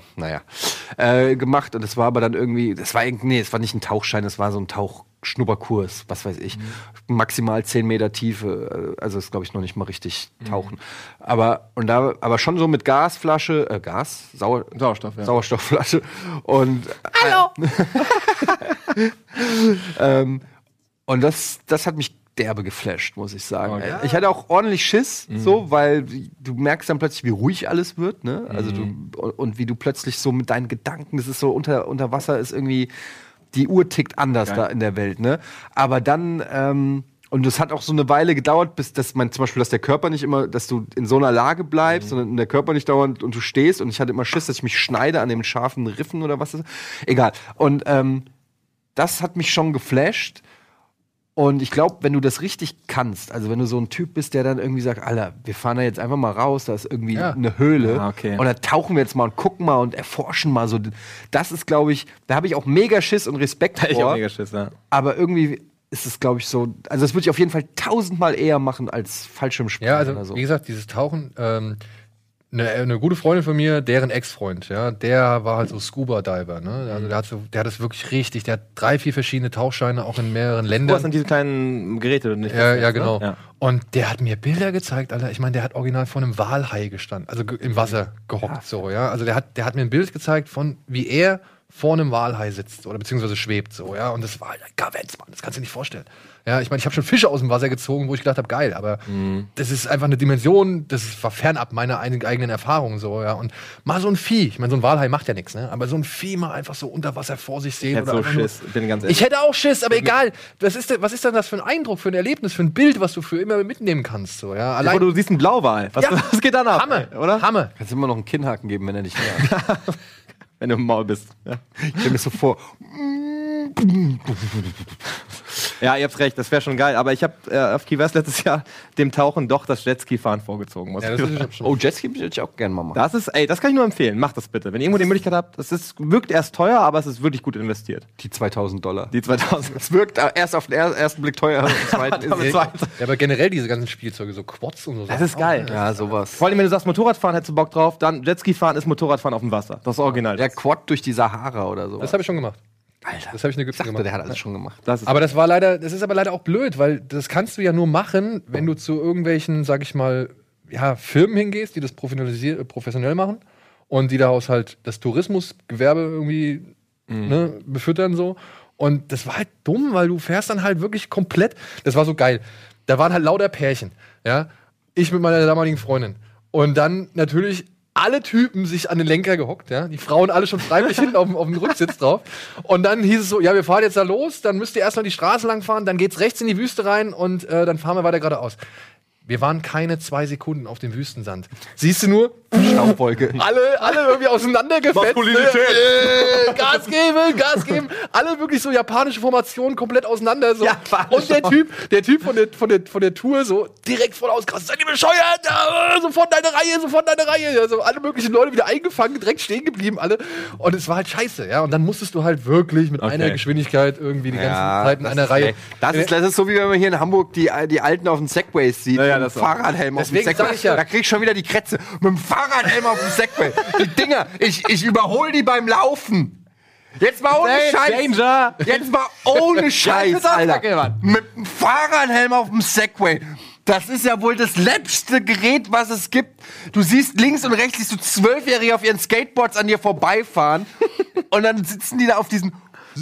gemacht, und das war aber dann irgendwie, es war nicht ein Tauchschein, es war so ein Tauchschnupperkurs, was weiß ich, maximal 10 Meter Tiefe, also ist, glaube ich, noch nicht mal richtig tauchen. Aber schon so mit Gasflasche, Sauerstoff, ja. Sauerstoffflasche und Hallo! Und das hat mich derbe geflasht, muss ich sagen. Okay. Ich hatte auch ordentlich Schiss, so, weil du merkst dann plötzlich, wie ruhig alles wird, ne? Also und wie du plötzlich so mit deinen Gedanken, das ist so unter Wasser ist irgendwie, die Uhr tickt anders da in der Welt, ne? Aber dann, und es hat auch so eine Weile gedauert, bis zum Beispiel, dass der Körper nicht immer, dass du in so einer Lage bleibst, sondern der Körper nicht dauernd und du stehst und ich hatte immer Schiss, dass ich mich schneide an den scharfen Riffen oder was ist. Egal. Und das hat mich schon geflasht. Und ich glaube, wenn du das richtig kannst, also wenn du so ein Typ bist, der dann irgendwie sagt, Alter, wir fahren da jetzt einfach mal raus, da ist irgendwie eine Höhle und da tauchen wir jetzt mal und gucken mal und erforschen mal so. Das ist, glaube ich, da habe ich auch mega Schiss und Respekt vor. Ich auch mega Schiss, ja. Aber irgendwie ist es, glaube ich, so, also das würde ich auf jeden Fall 1000-mal eher machen als Fallschirmspringen. Ja, also oder so. wie gesagt, dieses Tauchen, eine gute Freundin von mir, deren Ex-Freund, ja, der war halt so Scuba-Diver, ne? Also der hat das wirklich richtig, der hat 3, 4 verschiedene Tauchscheine, auch in mehreren Ländern. Was sind diese kleinen Geräte, nicht? Ja, genau. Ja. Und der hat mir Bilder gezeigt, Alter. Ich meine, der hat original vor einem Walhai gestanden, also im Wasser gehockt, so, ja. Also der hat mir ein Bild gezeigt von, wie er vor einem Walhai sitzt oder beziehungsweise schwebt, so, ja. Und das war ein Gavens, Mann, das kannst du dir nicht vorstellen. Ja, ich meine, ich habe schon Fische aus dem Wasser gezogen, wo ich gedacht habe, geil, aber das ist einfach eine Dimension, war fernab meiner eigenen Erfahrung, so, ja. Und mal so ein Vieh, ich meine, so ein Walhai macht ja nichts, ne? Aber so ein Vieh mal einfach so unter Wasser vor sich sehen. Ich hätte so Schiss, bin ganz ehrlich. Ich hätte auch Schiss, aber egal. Was ist denn das für ein Eindruck, für ein Erlebnis, für ein Bild, was du für immer mitnehmen kannst, so, ja. Allein du siehst einen Blauwal. Was geht dann ab? Hammer, oder? Hammer. Kannst immer noch einen Kinnhaken geben, wenn er nicht mehr Wenn du im Maul bist. Ja. Ich stell mir so vor. Ja, ihr habt recht, das wäre schon geil. Aber ich habe auf Key West letztes Jahr dem Tauchen doch das Jetski-Fahren vorgezogen. Muss ich sagen. Oh, Jetski würde ich auch gerne mal machen. Das kann ich nur empfehlen. Macht das bitte. Wenn ihr irgendwo die Möglichkeit habt, wirkt erst teuer, aber es ist wirklich gut investiert. Die $2.000. Die 2000. Es wirkt erst auf den ersten Blick teuer, aber im zweiten ist Ja, aber generell diese ganzen Spielzeuge, so Quads und so. Das ist geil. ja, sowas. Vor allem, wenn du sagst, Motorradfahren, hättest du Bock drauf, dann Jetski-Fahren ist Motorradfahren auf dem Wasser. Das ist original. Der Quad durch die Sahara oder so. Das habe ich schon gemacht. Alter, Das habe ich in Ägypten gemacht. der hat alles schon gemacht. Aber das ist aber leider auch blöd, weil das kannst du ja nur machen, wenn du zu irgendwelchen, sag ich mal, ja, Firmen hingehst, die das professionell machen und die daraus halt das Tourismusgewerbe irgendwie befüttern so. Und das war halt dumm, weil du fährst dann halt wirklich komplett, das war so geil. Da waren halt lauter Pärchen, ja. Ich mit meiner damaligen Freundin. Und dann natürlich alle Typen sich an den Lenker gehockt, ja. Die Frauen alle schon freiwillig hinten auf dem Rücksitz drauf. Und dann hieß es so, ja, wir fahren jetzt da los, dann müsst ihr erstmal die Straße lang fahren, dann geht's rechts in die Wüste rein und dann fahren wir weiter geradeaus. Wir waren keine 2 Sekunden auf dem Wüstensand. Siehst du nur? Staubwolke. Alle irgendwie auseinandergefetzt. Gas geben. Alle wirklich so japanische Formationen komplett auseinander. So. Und der Typ von der Tour so direkt voll ausgerastet. Seid ihr bescheuert? Ja, sofort deine Reihe. Also alle möglichen Leute wieder eingefangen, direkt stehen geblieben, alle. Und es war halt scheiße, ja. Und dann musstest du halt wirklich mit einer Geschwindigkeit irgendwie die ganze Zeit in einer Reihe. Das ist so, wie wenn man hier in Hamburg die Alten auf den Segways sieht. Ja, mit dem Fahrradhelm auf dem Segway. Da krieg ich schon wieder die Krätze. Mit dem Fahrradhelm auf dem Segway. Die Dinger, ich überhole die beim Laufen. Jetzt mal ohne Scheiß. Danger. Jetzt mal ohne Scheiß, Alter. Mit dem Fahrradhelm auf dem Segway. Das ist ja wohl das läppste Gerät, was es gibt. Du siehst links und rechts, siehst du 12-Jährige auf ihren Skateboards an dir vorbeifahren. Und dann sitzen die da auf diesen...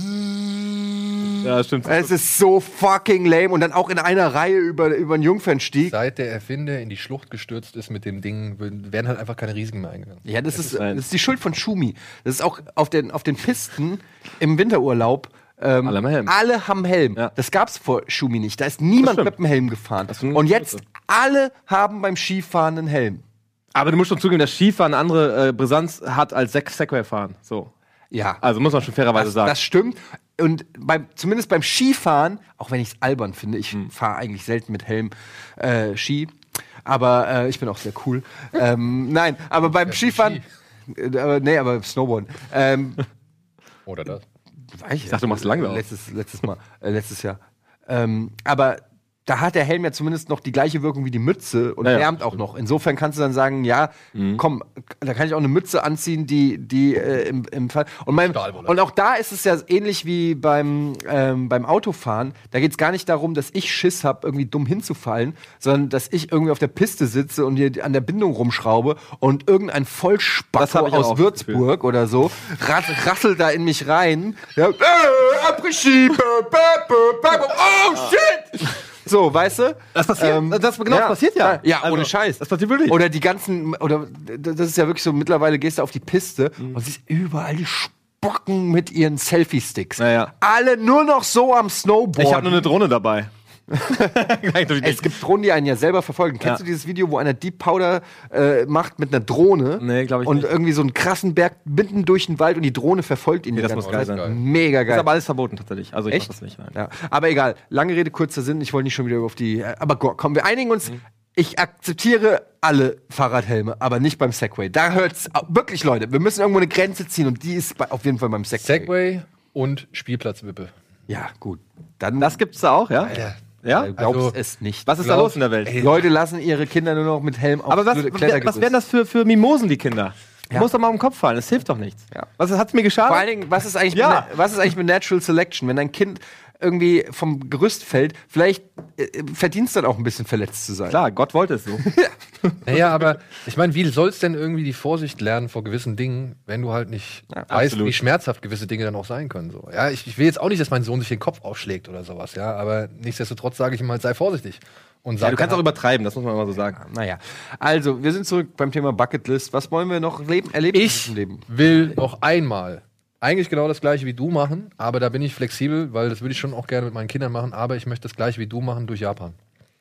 Ja, stimmt. Es ist so fucking lame. Und dann auch in einer Reihe über einen Jungfernstieg. Seit der Erfinder in die Schlucht gestürzt ist mit dem Ding, werden halt einfach keine Risiken mehr eingegangen. Ja, das ist die Schuld von Schumi. Das ist auch auf den Pisten im Winterurlaub. Alle haben Helm. Ja. Das gab's vor Schumi nicht. Da ist niemand mit dem Helm gefahren. Und jetzt alle haben beim Skifahren einen Helm. Aber du musst schon zugeben, dass Skifahren eine andere Brisanz hat als Segway-Fahren. So. Ja. Also muss man schon fairerweise sagen. Das stimmt. Und zumindest beim Skifahren, auch wenn ich es albern finde, ich fahre eigentlich selten mit Helm Ski, aber ich bin auch sehr cool. Nein, aber beim Skifahren, aber Snowboarden. Oder das? Ich dachte, du machst lange letztes Jahr. Aber da hat der Helm ja zumindest noch die gleiche Wirkung wie die Mütze und wärmt auch noch. Insofern kannst du dann sagen, komm, da kann ich auch eine Mütze anziehen, die im Fall. Und auch da ist es ja ähnlich wie beim Autofahren. Da geht es gar nicht darum, dass ich Schiss habe, irgendwie dumm hinzufallen, sondern dass ich irgendwie auf der Piste sitze und hier an der Bindung rumschraube und irgendein Vollspacko aus Würzburg oder so rasselt da in mich rein. Ja, Après-Ski, oh shit! So, weißt du? Das passiert, das passiert ja. Ja, Also, ohne Scheiß. Das passiert wirklich. Oder die ganzen, oder das ist ja wirklich so, mittlerweile gehst du auf die Piste und siehst überall die Spocken mit ihren Selfie-Sticks. Ja. Alle nur noch so am Snowboarden. Ich habe nur eine Drohne dabei. Es gibt Drohnen, die einen ja selber verfolgen. Kennst du dieses Video, wo einer Deep Powder macht mit einer Drohne? Nee, glaube ich und nicht. irgendwie so einen krassen Berg mitten durch den Wald und die Drohne verfolgt ihn. Nee, die das muss ganze geil Zeit. sein. Mega geil. Ist aber alles verboten tatsächlich. Also ich Echt? mach das nicht. Nein. Ja. Aber egal, lange Rede, kurzer Sinn. Ich wollte nicht schon wieder auf die. Aber komm, wir einigen uns. Ich akzeptiere alle Fahrradhelme, aber nicht beim Segway. Da hört's wirklich, Leute. Wir müssen irgendwo eine Grenze ziehen und die ist auf jeden Fall beim Segway. Segway und Spielplatzwippe. Ja, gut. Dann Das gibt's da auch, ja? Alter. Ja? du glaubst also, es nicht. Was ist da los in der Welt? Ey, Leute lassen ihre Kinder nur noch mit Helm auf Aber was Klettergerüst. wären das für Mimosen, die Kinder? Ja. Muss doch mal um den Kopf fallen, das hilft doch nichts. Ja. Was hat's mir geschadet? Vor allen Dingen, was ist eigentlich, Ja. was ist eigentlich mit Natural Selection? Wenn dein Kind irgendwie vom Gerüst fällt, vielleicht verdienst du dann auch ein bisschen verletzt zu sein. Klar, Gott wollte es so. Naja, aber ich meine, wie sollst denn irgendwie die Vorsicht lernen vor gewissen Dingen, wenn du halt nicht weißt, absolut. wie schmerzhaft gewisse Dinge dann auch sein können? So. Ja, ich will jetzt auch nicht, dass mein Sohn sich den Kopf aufschlägt oder sowas, ja, aber nichtsdestotrotz sage ich ihm halt, sei vorsichtig. Und Ja, sag du kannst auch dann übertreiben, das muss man mal so sagen. Naja, also, wir sind zurück beim Thema Bucketlist. Was wollen wir noch erleben in diesem Leben? will noch einmal eigentlich genau das gleiche wie du machen, aber da bin ich flexibel, weil das würde ich schon auch gerne mit meinen Kindern machen, aber ich möchte das gleiche wie du machen durch Japan.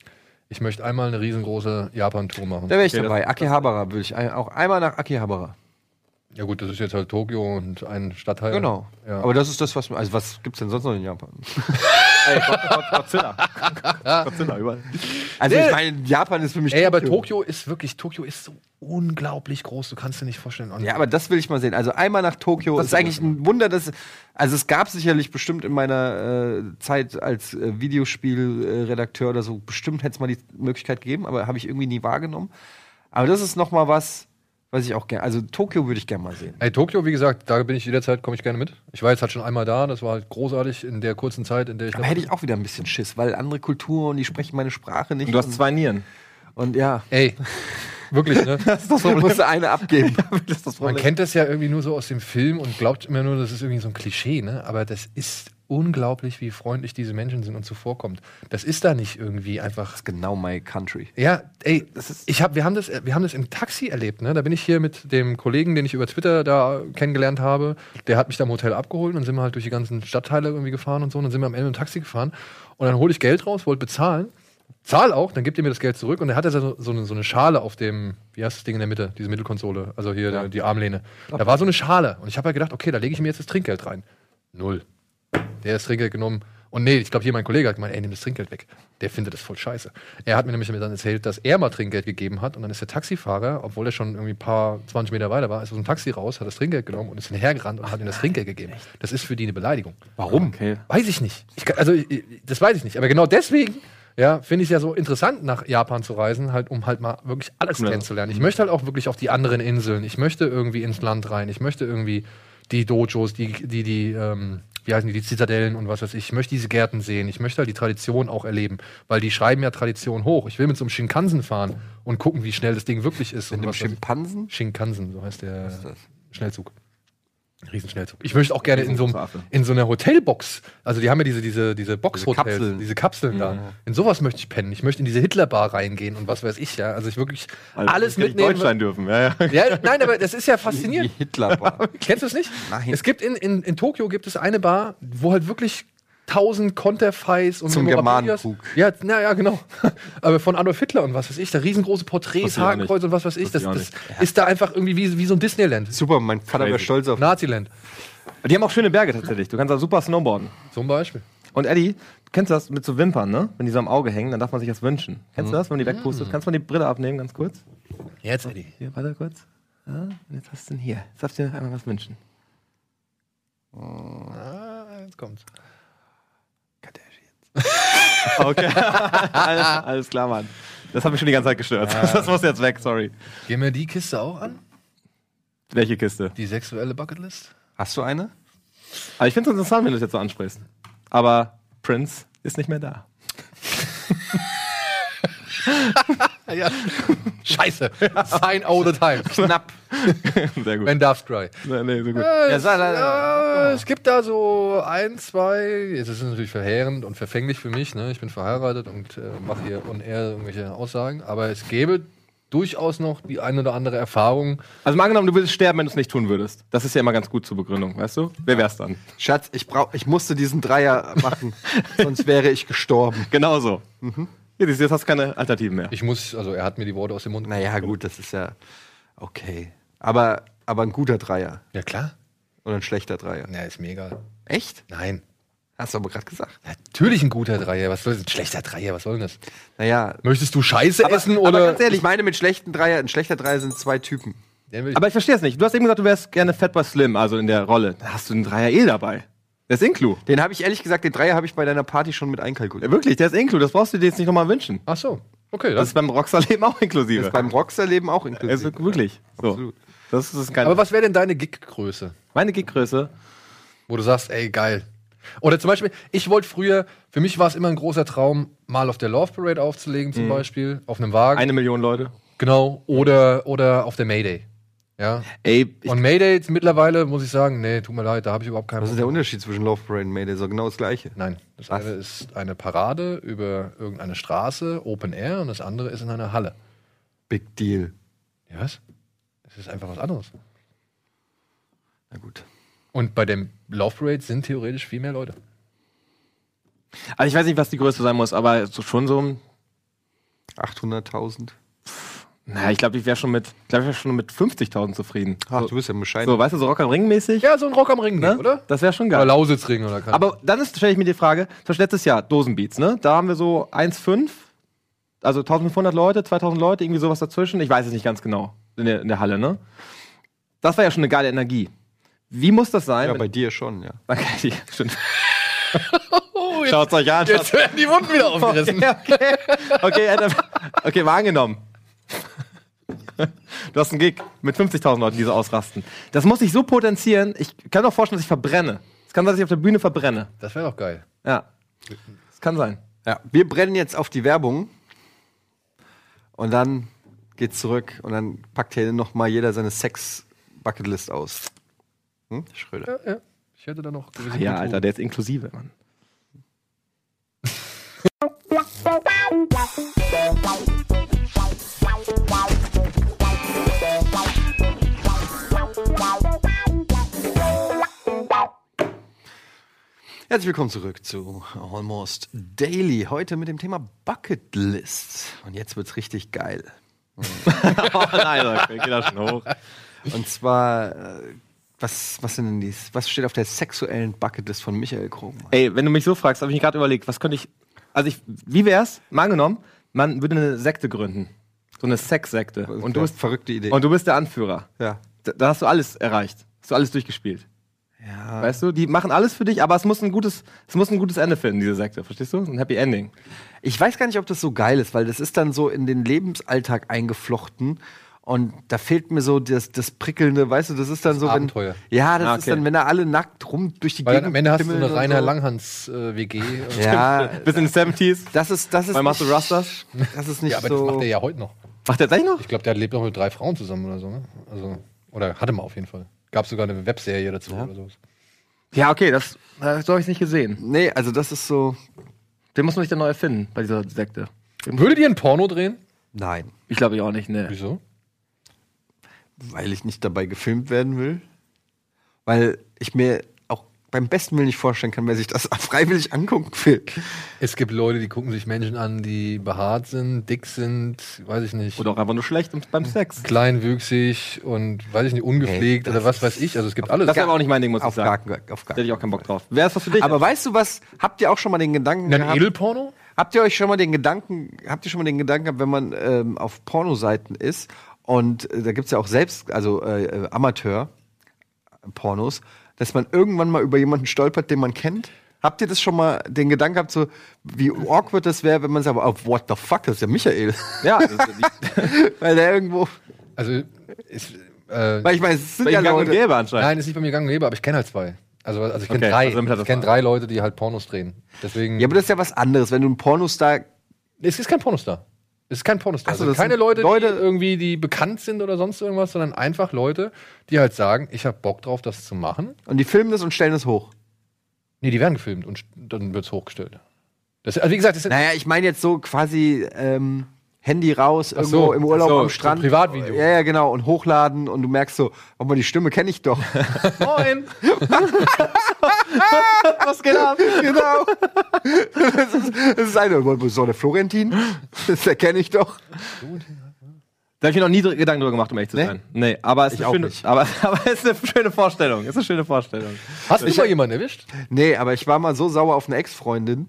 Ich möchte einmal eine riesengroße Japan-Tour machen. Da wäre ich Okay, dabei. Akihabara würde ich auch einmal nach Akihabara. Ja gut, das ist jetzt halt Tokio und ein Stadtteil. Genau. Ja. Aber das ist das, was. Also, was gibt's denn sonst noch in Japan? Ey, Godzilla. Godzilla, überall. Also, Nee. ich meine, Japan ist für mich. Ey, aber Tokio ist so unglaublich groß, du kannst dir nicht vorstellen. Und Ja, aber das will ich mal sehen. Also einmal nach Tokio. Das ist eigentlich ein Wunder, dass. Also es gab sicherlich bestimmt in meiner Zeit als Videospielredakteur oder so, bestimmt hätte es mal die Möglichkeit gegeben, aber habe ich irgendwie nie wahrgenommen. Aber das ist noch mal was ich auch gerne. Also Tokio würde ich gerne mal sehen. Ey, Tokio, wie gesagt, da bin ich jederzeit, komme ich gerne mit. Ich war jetzt halt schon einmal da, das war halt großartig in der kurzen Zeit, in der ich Aber hätte ich auch wieder ein bisschen Schiss, weil andere Kulturen, die sprechen meine Sprache nicht. Und du hast 2 Nieren. Und ja, Ey, wirklich, ne? Das ist das du musst eine abgeben. Das ist das Man Problem. kennt das ja irgendwie nur so aus dem Film und glaubt immer nur, das ist irgendwie so ein Klischee, ne? Aber das ist unglaublich, wie freundlich diese Menschen sind und zuvorkommt. Das ist da nicht irgendwie einfach. Genau my country. Ja, ey, wir haben das im Taxi erlebt, ne? Da bin ich hier mit dem Kollegen, den ich über Twitter da kennengelernt habe, der hat mich da im Hotel abgeholt und sind wir halt durch die ganzen Stadtteile irgendwie gefahren und so und dann sind wir am Ende im Taxi gefahren und dann hole ich Geld raus, wollte bezahlen. Zahl auch, dann gibt ihr mir das Geld zurück und er hatte so eine Schale auf dem, wie heißt das Ding in der Mitte, diese Mittelkonsole, also hier die Armlehne. Da war so eine Schale und ich habe halt gedacht, okay, da lege ich mir jetzt das Trinkgeld rein. 0. Der hat das Trinkgeld genommen und nee, ich glaube hier mein Kollege hat gemeint, ey, nimm das Trinkgeld weg. Der findet das voll scheiße. Er hat mir nämlich dann erzählt, dass er mal Trinkgeld gegeben hat und dann ist der Taxifahrer, obwohl er schon irgendwie ein paar 20 Meter weiter war, ist aus dem Taxi raus, hat das Trinkgeld genommen und ist hinhergerannt und hat ihm das Trinkgeld gegeben. Das ist für die eine Beleidigung. Warum? Okay. Weiß ich nicht. Das weiß ich nicht. Aber genau deswegen, ja, finde ich es ja so interessant, nach Japan zu reisen, halt, um halt mal wirklich alles kennenzulernen. Ich möchte halt auch wirklich auf die anderen Inseln. Ich möchte irgendwie ins Land rein. Ich möchte irgendwie die Dojos, wie heißen die Zitadellen und was weiß ich. Ich möchte diese Gärten sehen. Ich möchte halt die Tradition auch erleben. Weil die schreiben ja Tradition hoch. Ich will mit so einem Shinkansen fahren und gucken, wie schnell das Ding wirklich ist. Mit und dem was weiß ich. Schimpansen? Shinkansen, so heißt der Schnellzug. Riesenschnellzug. Ich möchte auch gerne in so Riesengroßer Affe. einer Hotelbox, also die haben ja diese Boxhotels, Kapseln. diese Kapseln da. In sowas möchte ich pennen. Ich möchte in diese Hitlerbar reingehen und was weiß ich, ja. Also ich wirklich alles mitnehmen. Deutsch sein dürfen, ja. Ja, nein, aber das ist ja Die faszinierend. Hitlerbar. Kennst du es nicht? Nein. Es gibt in Tokio gibt es eine Bar, wo halt wirklich 1000 Konterfeis und Zum Memorabilias- Germanenkrug. Ja, naja, genau. Aber von Adolf Hitler und was weiß ich, da riesengroße Porträts, Wusste ich auch nicht. Hakenkreuz und was weiß ich. Wusste Das, ich auch das ist da einfach irgendwie wie so ein Disneyland. Super, mein Vater wäre Crazy. stolz auf. Naziland. Die haben auch schöne Berge tatsächlich. Du kannst da super snowboarden. Zum Beispiel. Und Eddie, du kennst das mit so Wimpern, ne? Wenn die so am Auge hängen, dann darf man sich das wünschen. Kennst du das, wenn man die wegpustet? Kannst du mal die Brille abnehmen, ganz kurz? Jetzt, Eddie. Hier, warte kurz. Ja, und jetzt hast du denn hier. Jetzt darfst du dir einmal was wünschen. Jetzt kommt's. Okay. alles klar, Mann. Das hat mich schon die ganze Zeit gestört. Das muss jetzt weg, sorry. Gehen wir die Kiste auch an? Welche Kiste? Die sexuelle Bucketlist? Hast du eine? Aber ich finde es interessant, wenn du es jetzt so ansprichst. Aber Prince ist nicht mehr da. Ja. Scheiße. Sign all the time. Knapp. Sehr gut. When Doves Cry. Nee, so gut. Es gibt da so ein, zwei. Jetzt ist es natürlich verheerend und verfänglich für mich. Ne? Ich bin verheiratet und mache hier on air irgendwelche Aussagen. Aber es gäbe durchaus noch die eine oder andere Erfahrung. Also mal angenommen, du würdest sterben, wenn du es nicht tun würdest. Das ist ja immer ganz gut zur Begründung, weißt du? Wer wär's dann? Schatz, ich musste diesen Dreier machen, sonst wäre ich gestorben. Genau so. Jetzt hast du keine Alternativen mehr. Er hat mir die Worte aus dem Mund Naja, gut, das ist ja okay. Aber ein guter Dreier. Ja, klar. Oder ein schlechter Dreier. Ja, ist mir egal. Echt? Nein. Hast du aber gerade gesagt. Natürlich ein guter Dreier. Was soll das? Ein schlechter Dreier, was soll denn das? Naja. Möchtest du Scheiße essen Aber oder? ganz ehrlich, ich meine mit schlechten Dreier, ein schlechter Dreier sind 2 Typen. Aber ich verstehe es nicht. Du hast eben gesagt, du wärst gerne Fatboy Slim, also in der Rolle. Da hast du einen Dreier dabei. Der ist Inclu. Den habe ich ehrlich gesagt, den Dreier habe ich bei deiner Party schon mit einkalkuliert. Ja, wirklich, der ist Inclu. Das brauchst du dir jetzt nicht nochmal wünschen. Ach so. Okay, Das ist beim Rockstar-Leben auch inklusive. Das ist beim Rockstar-Leben auch inklusive. Also wirklich. So. Absolut. Das ist kein Aber was wäre denn deine Gig-Größe? Meine Giggröße. Wo du sagst, ey, geil. Oder zum Beispiel, ich wollte früher, für mich war es immer ein großer Traum, mal auf der Love Parade aufzulegen, zum Beispiel, auf einem Wagen. 1 Million Leute. Genau, oder auf der Mayday. Ja. Ey, Und Mayday jetzt mittlerweile, muss ich sagen, nee, tut mir leid, da habe ich überhaupt keinen Was ist Bock. der Unterschied zwischen Love Parade und Mayday? So genau das Gleiche. Nein, das eine ist eine Parade über irgendeine Straße, Open Air, und das andere ist in einer Halle. Big Deal. Ja, was? Das ist einfach was anderes. Na gut. Und bei dem Love Parade sind theoretisch viel mehr Leute. also ich weiß nicht, was die Größe sein muss, aber so schon so ein. 800.000. Na, ich glaube, ich wäre schon mit 50.000 zufrieden. Ach, so, du bist ja bescheiden. so, weißt du, so Rock am Ring mäßig? Ja, so ein Rock am Ring, Ne? oder? Das wäre schon Oder geil. Lausitzring oder keine Aber dann stelle ich mir die Frage, zum Beispiel letztes Jahr, Dosenbeats, ne? Da haben wir so 1,5, also 1500 Leute, 2000 Leute, irgendwie sowas dazwischen. Ich weiß es nicht ganz genau, in der Halle, ne? Das war ja schon eine geile Energie. Wie muss das sein? Ja, bei dir schon, ja. Okay, stimmt. Oh, Schaut's euch an. Jetzt werden die Wunden wieder aufgerissen. Okay, mal angenommen. Du hast einen Gig mit 50.000 Leuten, die so ausrasten. Das muss sich so potenzieren, ich kann mir vorstellen, dass ich verbrenne. Es kann sein, dass ich auf der Bühne verbrenne. Das wäre doch geil. Ja, das kann sein. Ja, wir brennen jetzt auf die Werbung und dann geht's zurück und dann packt hier noch mal jeder seine Sex-Bucketlist aus. Schröder. Ja. Ich hätte da noch. Ja, Alter, der ist inklusive, Mann. Herzlich willkommen zurück zu Almost Daily. Heute mit dem Thema Bucketlist. Und jetzt wird's richtig geil. Oh nein, okay, geht das schon hoch. Und zwar, was sind denn dies? Was steht auf der sexuellen Bucketlist von Michael Krogmann? Ey, wenn du mich so fragst, habe ich mir gerade überlegt, was könnte ich. Wie wär's, mal angenommen, man würde eine Sekte gründen. So eine Sexsekte. Und du bist verrückte Idee. Und du bist der Anführer. Ja. Da hast du alles erreicht. Hast du alles durchgespielt. Ja. Weißt du, die machen alles für dich, aber es muss ein gutes Ende finden, diese Sekte. Verstehst du? Ein Happy Ending. Ich weiß gar nicht, ob das so geil ist, weil das ist dann so in den Lebensalltag eingeflochten. Und da fehlt mir so das Prickelnde, weißt du, das ist dann so, wenn. Abenteuer. Ja, das ist dann, wenn da alle nackt rum durch die Weil Gegend am Ende hast du pimmeln eine und Rainer so. Langhans-WG. Ja, Bis in die 70s. das ist Bei Master nicht, Rastas. das ist nicht Ja, aber so. das macht er ja heute noch. Macht der gleich noch? Ich glaube, der lebt noch mit 3 Frauen zusammen oder so. Ne? Also, oder hatte mal auf jeden Fall. Gab sogar eine Webserie dazu oder sowas. Ja, okay, das habe ich nicht gesehen. Nee, also das ist so. Den muss man sich dann neu erfinden bei dieser Sekte. Würdet ihr ein Porno drehen? Nein, Ich glaube ich auch nicht, ne. Wieso? weil ich nicht dabei gefilmt werden will. Weil ich mir auch beim besten Willen nicht vorstellen kann, wer sich das freiwillig angucken will. Es gibt Leute, die gucken sich Menschen an, die behaart sind, dick sind, weiß ich nicht. Oder auch einfach nur schlecht beim Sex. Kleinwüchsig und, weiß ich nicht, ungepflegt Nee, oder was weiß ich. Also es gibt alles. Das ist aber auch nicht mein Ding, muss ich Auf sagen. gar Da hätte ich auch keinen Bock drauf. Wäre es was für dich? Aber weißt du was? Habt ihr auch schon mal den Gedanken Ein gehabt? Edelporno? Habt ihr schon mal den Gedanken gehabt, wenn man auf Pornoseiten ist und da gibt es ja auch selbst, also Amateur-Pornos, dass man irgendwann mal über jemanden stolpert, den man kennt? Habt ihr das schon mal den Gedanken gehabt, so wie awkward das wäre, wenn man sagt, oh, what the fuck, das ist ja Michael. ja, Weil der irgendwo. Also, Weil ich meine, es sind bei ja ihm gang und Leute. gäbe anscheinend. nein, ist nicht bei mir gang und gäbe, aber ich kenne halt 2. Also ich kenne Okay, 3. also damit hat das Ich kenne was. 3 Leute, die halt Pornos drehen. Deswegen. Ja, aber das ist ja was anderes, wenn du einen Pornostar. Es ist kein Pornostar. Es ist kein Pornostar. Ach so, Also das keine sind Leute, Leute- die irgendwie die bekannt sind oder sonst irgendwas, sondern einfach Leute, die halt sagen, ich habe Bock drauf, das zu machen. Und die filmen das und stellen es hoch. Nee, die werden gefilmt und dann wird's hochgestellt. Das, also wie gesagt, das sind Naja, ich meine jetzt so quasi Handy raus, Ach so, irgendwo im Urlaub ach so, am Strand. so Privatvideo. Ja, genau. Und hochladen und du merkst so, aber die Stimme kenne ich doch. Moin! Was geht ab? Genau. Das ist eine, so der Florentin. Das erkenne ich doch. Da habe ich mir noch nie Gedanken drüber gemacht, um ehrlich zu Nee? sein. Nee, aber es ist Ich eine auch schöne, nicht. aber es ist eine schöne Vorstellung. Ist eine schöne Vorstellung. Hast du mal jemanden erwischt? Nee, aber ich war mal so sauer auf eine Ex-Freundin.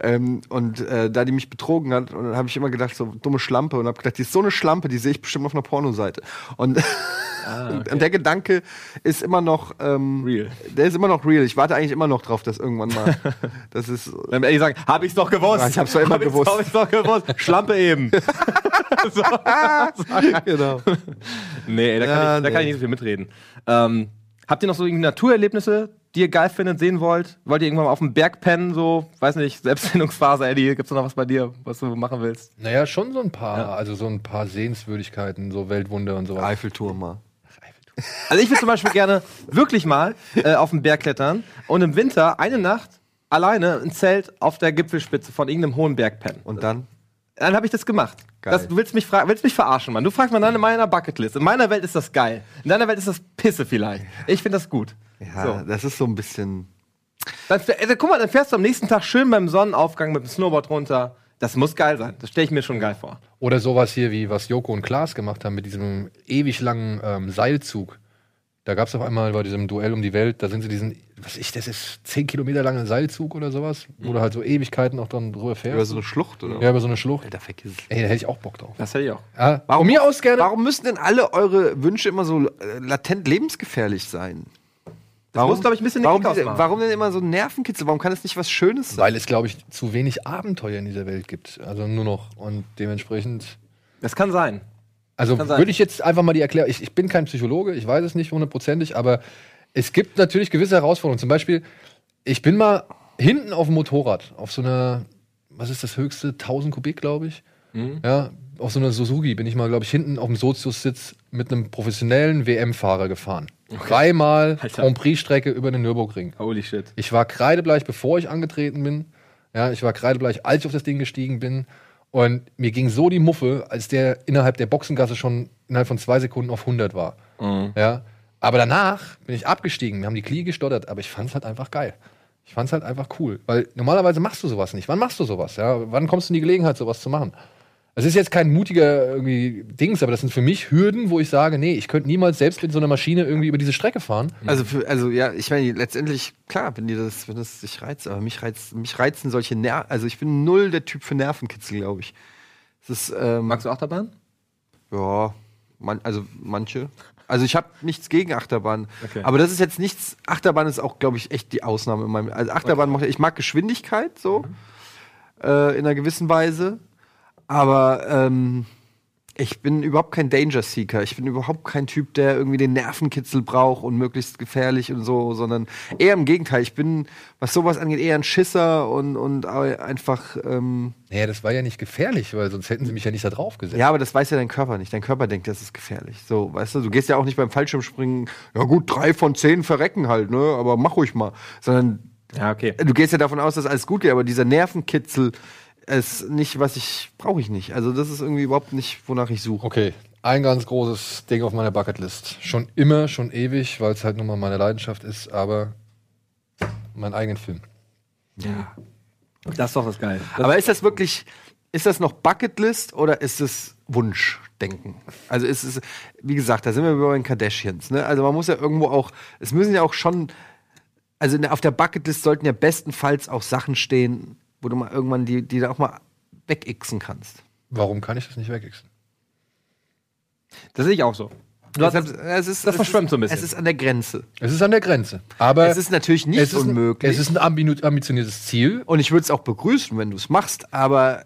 Da die mich betrogen hat, und dann habe ich immer gedacht, so dumme Schlampe, und habe gedacht, die ist so eine Schlampe, die sehe ich bestimmt auf einer Pornoseite. Und, Okay. und der Gedanke ist immer noch Real. Der ist immer noch real. Ich warte eigentlich immer noch drauf, dass irgendwann mal. Das ist. Wenn wir ehrlich sagen, hab ich's doch gewusst. Ja, ich hab's doch immer gewusst. Hab ich's doch gewusst. Schlampe eben. So. Genau. Nee, da kann ich nicht so viel mitreden. Habt ihr noch so irgendwie Naturerlebnisse, die ihr geil findet, sehen wollt? Wollt ihr irgendwann mal auf dem Berg pennen, so, weiß nicht, Selbstfindungsphase, Eddie? Gibt's da noch was bei dir, was du machen willst? Naja, schon so ein paar, also so ein paar Sehenswürdigkeiten, so Weltwunder und sowas. Eiffelturm mal. Also ich würde zum Beispiel gerne wirklich mal auf den Berg klettern und im Winter eine Nacht alleine ein Zelt auf der Gipfelspitze von irgendeinem hohen Berg pennen. Und dann? Dann habe ich das gemacht. Geil. Du willst mich verarschen, Mann. Du fragst mal nach meiner Bucketlist. In meiner Welt ist das geil. In deiner Welt ist das Pisse vielleicht. Ich finde das gut. Ja, So. das ist so ein bisschen. Guck mal, dann fährst du am nächsten Tag schön beim Sonnenaufgang mit dem Snowboard runter. Das muss geil sein. Das stelle ich mir schon geil vor. Oder sowas hier, wie was Joko und Klaas gemacht haben mit diesem ewig langen Seilzug. Da gab es auf einmal bei diesem Duell um die Welt, da sind sie diesen, was ich, das ist 10 Kilometer langer Seilzug oder sowas, wo du halt so Ewigkeiten auch dann drüber fährst. Über so eine Schlucht, oder? Ja, über so eine Schlucht. Alter, vergiss es. Ey, da hätte ich auch Bock drauf. Das hätte ich auch. Ja, von mir aus gerne. Warum müssen denn alle eure Wünsche immer so latent lebensgefährlich sein? muss, glaub ich, ein bisschen den Kick ausmachen. Warum denn immer so ein Nervenkitzel? Warum kann es nicht was Schönes sein? Weil es, glaube ich, zu wenig Abenteuer in dieser Welt gibt. Also nur noch. Und dementsprechend. Das kann sein. Also Kann sein. würde ich jetzt einfach mal die Erklärung. Ich bin kein Psychologe, ich weiß es nicht hundertprozentig, aber es gibt natürlich gewisse Herausforderungen. Zum Beispiel, ich bin mal hinten auf dem Motorrad, auf so einer, was ist das höchste? 1000 Kubik, glaube ich. Ja, auf so einer Suzuki bin ich mal, glaube ich, hinten auf dem Sozius-Sitz mit einem professionellen WM-Fahrer gefahren. Dreimal Alter. Grand Prix-Strecke über den Nürburgring. Holy shit. Ich war kreidebleich, bevor ich angetreten bin. Ja, ich war kreidebleich, als ich auf das Ding gestiegen bin. Und mir ging so die Muffe, als der innerhalb der Boxengasse schon innerhalb von 2 Sekunden auf 100 war. Ja. Aber danach bin ich abgestiegen. Wir haben die Knie gestottert, aber ich fand es halt einfach geil. Ich fand es halt einfach cool. Weil normalerweise machst du sowas nicht. Wann machst du sowas? Ja? Wann kommst du in die Gelegenheit, sowas zu machen? Es ist jetzt kein mutiger irgendwie Dings, aber das sind für mich Hürden, wo ich sage, nee, ich könnte niemals selbst mit so einer Maschine irgendwie über diese Strecke fahren. Also ja, ich meine, letztendlich, klar, wenn das sich reizt, aber mich reizen solche also ich bin null der Typ für Nervenkitzel, glaube ich. Das ist, Magst du Achterbahn? ja, manche. Also ich habe nichts gegen Achterbahn. Okay. Aber das ist jetzt nichts, Achterbahn ist auch, glaube ich, echt die Ausnahme in meinem, also Achterbahn ich mag Geschwindigkeit, so, in einer gewissen Weise. Aber ich bin überhaupt kein Danger Seeker. Ich bin überhaupt kein Typ, der irgendwie den Nervenkitzel braucht und möglichst gefährlich und so, sondern eher im Gegenteil. Ich bin, was sowas angeht, eher ein Schisser und einfach. Naja, das war ja nicht gefährlich, weil sonst hätten sie mich ja nicht da drauf gesetzt. Ja, aber das weiß ja dein Körper nicht. Dein Körper denkt, das ist gefährlich. So, weißt du, du gehst ja auch nicht beim Fallschirmspringen, ja gut, 3 von 10 verrecken halt, ne, aber mach ruhig mal. Sondern Ja, okay. du gehst ja davon aus, dass alles gut geht, aber dieser Nervenkitzel ist nicht, brauche ich nicht. Also das ist irgendwie überhaupt nicht, wonach ich suche. Okay, ein ganz großes Ding auf meiner Bucketlist. Schon immer, schon ewig, weil es halt nun mal meine Leidenschaft ist, aber meinen eigenen Film. Ja. Das ist doch das Geile. Aber ist das noch Bucketlist oder ist es Wunschdenken? Also ist es, wie gesagt, da sind wir bei den Kardashians, ne? Also man muss ja irgendwo auch, es müssen ja auch schon, also auf der Bucketlist sollten ja bestenfalls auch Sachen stehen, wo du mal irgendwann die da auch mal wegixen kannst. Warum kann ich das nicht wegixen? Das sehe ich auch so. Das verschwemmt so ein bisschen. Es ist an der Grenze. Es ist an der Grenze. Aber Es ist natürlich nicht unmöglich. Es ist ein ambitioniertes Ziel. Und ich würde es auch begrüßen, wenn du es machst, aber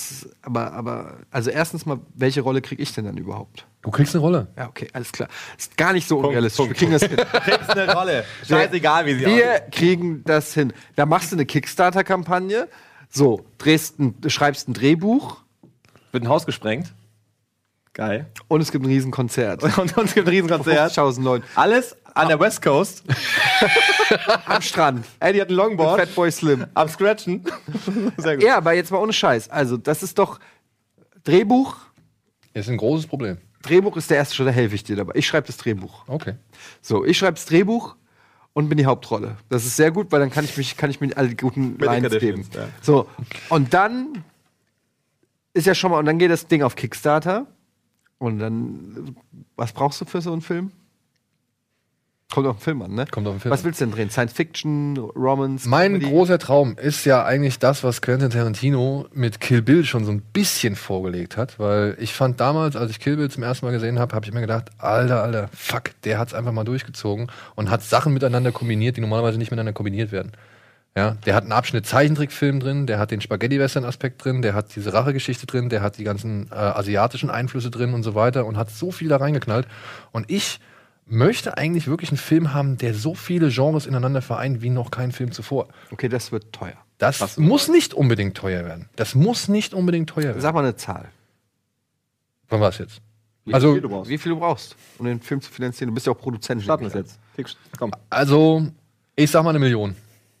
also erstens mal, welche Rolle kriege ich denn dann überhaupt? Du kriegst eine Rolle. Ja, okay, alles klar. Ist gar nicht so unrealistisch. Wir kriegen das hin. kriegst eine Rolle. Scheißegal, wie sie Wir kriegen das hin. Da machst du eine Kickstarter-Kampagne, so, schreibst ein Drehbuch, Wird ein Haus gesprengt. Geil. Und es gibt ein Riesenkonzert. Und es gibt ein Riesenkonzert. 50.000 Leute. Alles an der West Coast. Am Strand. Eddie hat ein Longboard. Fatboy Slim. Am Scratchen. Sehr gut. Ja, aber jetzt mal ohne Scheiß. Also, das ist doch Drehbuch. Ist ein großes Problem. Drehbuch ist der erste Schritt, da helfe ich dir dabei. Ich schreibe das Drehbuch. Okay. So, ich schreibe das Drehbuch und bin die Hauptrolle. Das ist sehr gut, weil dann kann ich mir alle guten Lines geben. Ja. So, und dann ist ja schon mal, und dann geht das Ding auf Kickstarter. Und dann, was brauchst du für so einen Film? Kommt auf den Film an, ne? Kommt auf den Film Was an. willst du denn drehen? Science Fiction, Romance? Mein Comedy? großer Traum ist ja eigentlich das, was Quentin Tarantino mit Kill Bill schon so ein bisschen vorgelegt hat, weil ich fand damals, als ich Kill Bill zum ersten Mal gesehen habe, habe ich mir gedacht, Alter, fuck, der hat's einfach mal durchgezogen und hat Sachen miteinander kombiniert, die normalerweise nicht miteinander kombiniert werden. Ja, der hat einen Abschnitt Zeichentrickfilm drin, der hat den Spaghetti-Western-Aspekt drin, der hat diese Rachegeschichte drin, der hat die ganzen asiatischen Einflüsse drin und so weiter und hat so viel da reingeknallt. Und ich möchte eigentlich wirklich einen Film haben, der so viele Genres ineinander vereint wie noch kein Film zuvor. Okay, das wird teuer. Das muss nicht unbedingt teuer werden. Das muss nicht unbedingt teuer werden. Sag mal eine Zahl. Wann war es jetzt? Wie viel Wie viel du brauchst, um den Film zu finanzieren? Du bist ja auch Produzent. starten wir es jetzt? Fix. Komm. Also, ich sag mal 1 Million.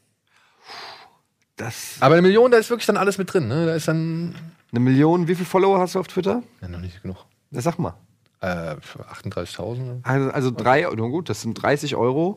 Das Aber 1 Million, da ist wirklich dann alles mit drin. Ne? Da ist dann 1 Million. Wie viele Follower hast du auf Twitter? ja, noch nicht genug. Das sag mal. 38.000. Also 3, oh, gut, das sind 30 €.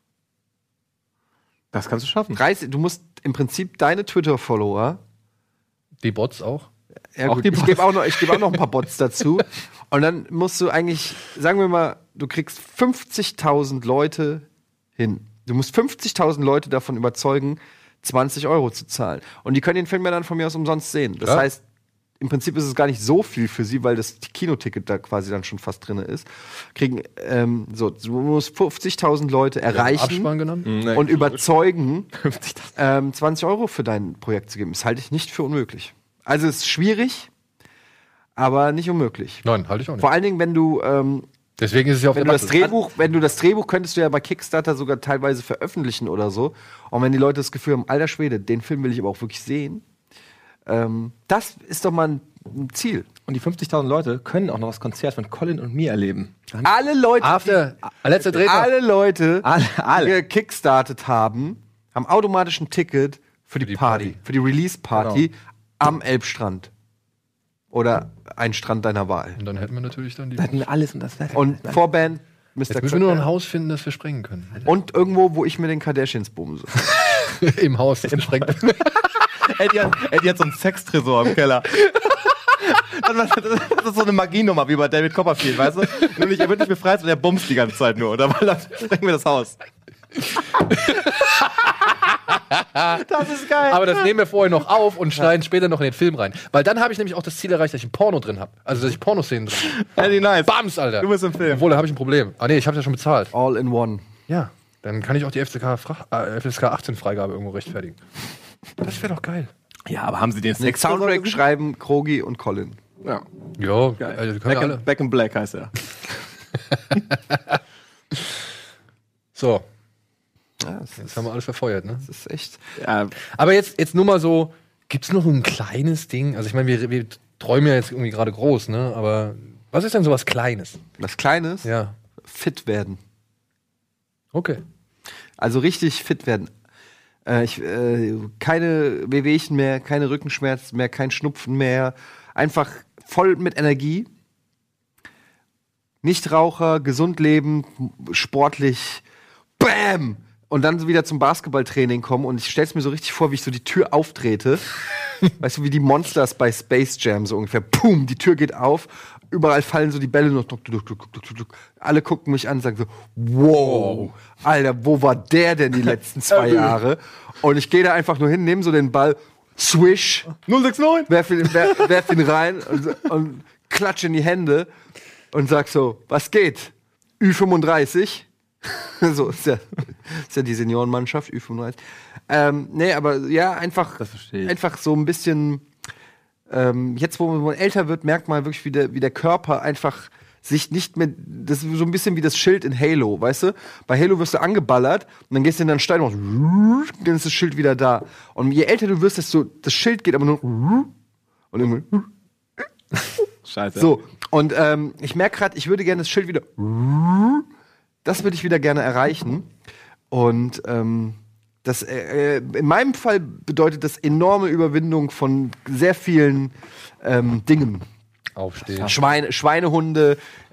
Das kannst du schaffen. 30, du musst im Prinzip deine Twitter-Follower. Die Bots auch. Ja, Auch gut, die ich gebe auch noch ein paar Bots dazu. Und dann musst du eigentlich, sagen wir mal, du kriegst 50.000 Leute hin. Du musst 50.000 Leute davon überzeugen, 20 € zu zahlen. Und die können den Film ja dann von mir aus umsonst sehen. Das Ja. heißt, im Prinzip ist es gar nicht so viel für sie, weil das Kinoticket da quasi dann schon fast drin ist. Du musst 50.000 Leute erreichen Abspann genannt. und überzeugen, 20 € für dein Projekt zu geben. Das halte ich nicht für unmöglich. Also es ist schwierig, aber nicht unmöglich. Nein, halte ich auch nicht. Vor allen Dingen, wenn du Deswegen ist es ja auf wenn der du das Drehbuch könntest du ja bei Kickstarter sogar teilweise veröffentlichen oder so. Und wenn die Leute das Gefühl haben, alter Schwede, den Film will ich aber auch wirklich sehen, das ist doch mal ein Ziel. Und die 50.000 Leute können auch noch das Konzert von Colin und mir erleben. Alle Leute, Letzter Drehtag. alle Leute, Alle. die gekickstartet haben automatisch ein Ticket für die Party, für die Release-Party am Elbstrand. Oder ein Strand deiner Wahl. Und dann hätten wir natürlich dann die. Da hätten wir alles und das Wetter. Und Vorband, Mr. Jetzt müssen wir nur noch ein Haus finden, das wir sprengen können. Und irgendwo, wo ich mir den Kardashians bumse. Im Haus, das gesprengt wird. Eddie hat so einen Sextresor im Keller. Das ist so eine Magienummer, wie bei David Copperfield, weißt du? Nämlich, er wird nicht befreit, und er bumst die ganze Zeit nur. Und dabei sprengen wir das Haus. Das ist geil. Aber das nehmen wir vorher noch auf und schneiden später noch in den Film rein. Weil dann habe ich nämlich auch das Ziel erreicht, dass ich ein Porno drin habe. Also, dass ich Pornoszenen drin habe. Eddie, nice. Bams, Alter. Du bist im Film. Obwohl, da habe ich ein Problem. Ah, nee, ich habe ja schon bezahlt. All in one. Ja. Dann kann ich auch die FSK 18 Freigabe irgendwo rechtfertigen. Das wäre doch geil. Ja, aber haben sie den Den Sextresor Soundtrack gesehen? schreiben Colin und Colin. Ja. Ja, Geil. also, die können alle. Back in Black heißt er. So, Ja, jetzt haben wir alles verfeuert, ne? das ist echt. Ja, Aber jetzt nur mal so, gibt's noch ein kleines Ding? Also ich meine, wir träumen ja jetzt irgendwie gerade groß, ne? Aber was ist denn so was Kleines? Was Kleines, Ja, fit werden. okay. Also richtig fit werden. Keine Wehwehchen mehr, keine Rückenschmerzen mehr, kein Schnupfen mehr. Einfach voll mit Energie. Nichtraucher, gesund leben, sportlich. Bam! Und dann so wieder zum Basketballtraining kommen und ich stell's mir so richtig vor, wie ich so die Tür auftrete. Weißt du, wie die Monsters bei Space Jam so ungefähr. Pum, die Tür geht auf, überall fallen so die Bälle noch. Alle gucken mich an und sagen so, wow, Alter, wo war der denn die letzten 2 Jahre? Und ich gehe da einfach nur hin, nehme so den Ball, swish, 069! werf ihn rein und klatsch in die Hände und sag so, was geht? Ü35? So ist ja die Seniorenmannschaft, Ü35. Nee, aber ja, einfach so ein bisschen. Jetzt, wo man älter wird, merkt man wirklich, wie der Körper einfach sich nicht mehr. Das ist so ein bisschen wie das Schild in Halo, weißt du? Bei Halo wirst du angeballert und dann gehst du in den Stein und dann ist das Schild wieder da. Und je älter du wirst, desto das Schild geht aber nur und irgendwie. Scheiße. So, und ich merke gerade, ich würde gerne das Schild wieder. Das würde ich wieder gerne erreichen. Und das in meinem Fall bedeutet das enorme Überwindung von sehr vielen Dingen. Aufstehen. Schweinehunde,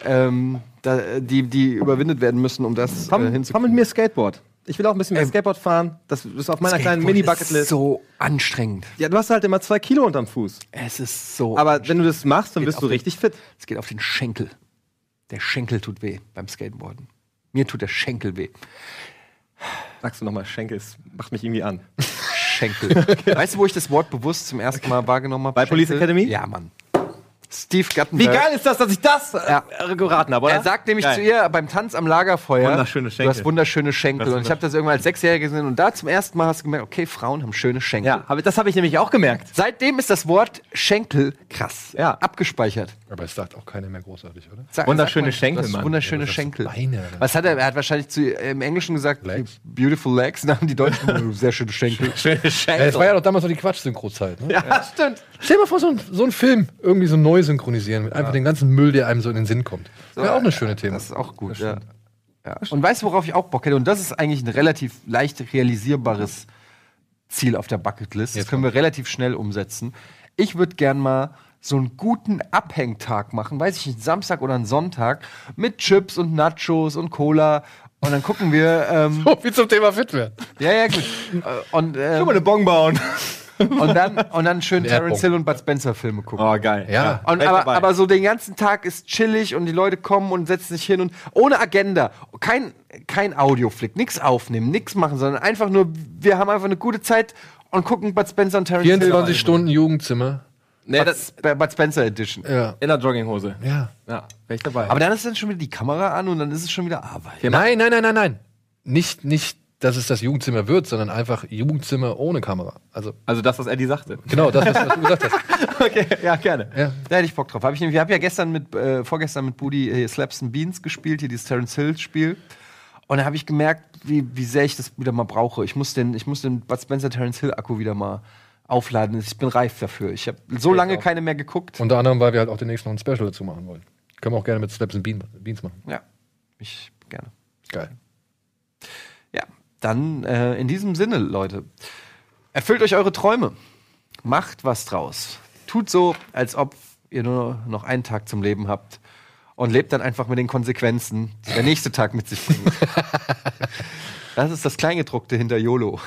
die überwindet werden müssen, um das Komm hinzukriegen. mit mir Skateboard. Ich will auch ein bisschen mehr Skateboard fahren. Das ist auf meiner kleinen Mini-Bucketlist. Ist so anstrengend. Ja, du hast halt immer 2 Kilo unterm Fuß. Es ist so. Aber wenn du das machst, dann Geht bist du auf richtig fit. Es geht auf den Schenkel. Der Schenkel tut weh beim Skateboarden. Mir tut der Schenkel weh. Sagst du nochmal, Schenkel, es macht mich irgendwie an. Schenkel. Weißt du, wo ich das Wort bewusst zum ersten Mal wahrgenommen habe? Bei Police Academy? Ja, Mann. Steve Wie Guttenberg. geil ist das, dass ich das geraten habe, oder? Er sagt nämlich Geil. zu ihr beim Tanz am Lagerfeuer, Wunderschöne Schenkel. du hast wunderschöne Schenkel. Das ist Und ich habe das irgendwann als 6-Jähriger gesehen und da zum ersten Mal hast du gemerkt, okay, Frauen haben schöne Schenkel. Ja, das habe ich nämlich auch gemerkt. Seitdem ist das Wort Schenkel krass. Ja. Abgespeichert. Aber es sagt auch keiner mehr großartig, oder? Wunderschöne mal, Schenkel, du hast Mann. Wunderschöne Ja, das Schenkel. Beine. Was hat er? Er hat wahrscheinlich im Englischen gesagt, Legs. beautiful legs. Dann haben die Deutschen sehr schöne Schenkel. Schöne Schenkel. Es war ja doch damals so die Quatsch-Synchro-Zeit. Ne? Ja, stimmt. Stell dir mal vor, so ein Film irgendwie so neu synchronisieren mit einfach den ganzen Müll, der einem so in den Sinn kommt. Wäre auch eine schöne Thema. Das ist auch gut, Das ja. stimmt. Ja. Und weißt du, worauf ich auch Bock hätte? Und das ist eigentlich ein relativ leicht realisierbares Ziel auf der Bucketlist. Das Jetzt können wir relativ schnell umsetzen. Ich würde gern mal so einen guten Abhängtag machen, weiß ich nicht, Samstag oder einen Sonntag, mit Chips und Nachos und Cola. Und dann gucken wir. So, wie zum Thema fit werden. Ja, gut. Und, Schon mal eine Bon bauen. und dann schön Erdbeeren. Terence Hill und Bud Spencer Filme gucken. Oh, geil. Ja. Und, aber so den ganzen Tag ist chillig und die Leute kommen und setzen sich hin und ohne Agenda. Kein Audioflick, nichts aufnehmen, nichts machen, sondern einfach nur, wir haben einfach eine gute Zeit und gucken Bud Spencer und Terence Hill. 24 Stunden Jugendzimmer. Nee, das Bud Spencer Edition. Ja. in der Jogginghose. Ja. Ja, wäre ich dabei. Aber dann ist dann schon wieder die Kamera an und dann ist es schon wieder Arbeit. Nein. Nicht, dass es das Jugendzimmer wird, sondern einfach Jugendzimmer ohne Kamera. Also, das, was Eddie sagte. genau, das, was du gesagt hast. Okay, ja, gerne. Ja. Da hätte ich Bock drauf. Wir haben ja vorgestern mit Budi Slaps and Beans gespielt, hier dieses Terence Hill Spiel. Und da habe ich gemerkt, wie sehr ich das wieder mal brauche. Ich muss den Bud Spencer Terence Hill Akku wieder mal aufladen. Ich bin reif dafür. Ich habe so lange keine mehr geguckt. Unter anderem, weil wir halt auch demnächst noch ein Special dazu machen wollen. Können wir auch gerne mit Slaps and Beans machen. Ja, ich gerne. Geil. Ja, dann in diesem Sinne, Leute, erfüllt euch eure Träume. Macht was draus. Tut so, als ob ihr nur noch einen Tag zum Leben habt und lebt dann einfach mit den Konsequenzen, die der nächste Tag mit sich bringt. Das ist das Kleingedruckte hinter YOLO.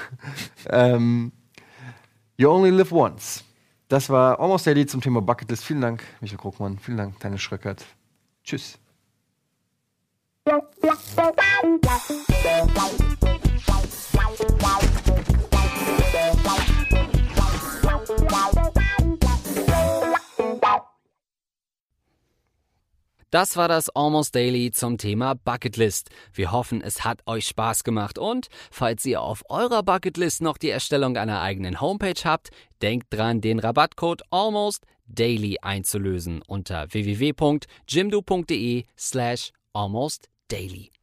You only live once. Das war Almost Daily zum Thema Bucketlist. Vielen Dank, Michael Krugmann. Vielen Dank, Daniel Schröckert. Tschüss. Das war das Almost Daily zum Thema Bucketlist. Wir hoffen, es hat euch Spaß gemacht und falls ihr auf eurer Bucketlist noch die Erstellung einer eigenen Homepage habt, denkt dran, den Rabattcode Almost Daily einzulösen unter www.jimdo.de/almostdaily.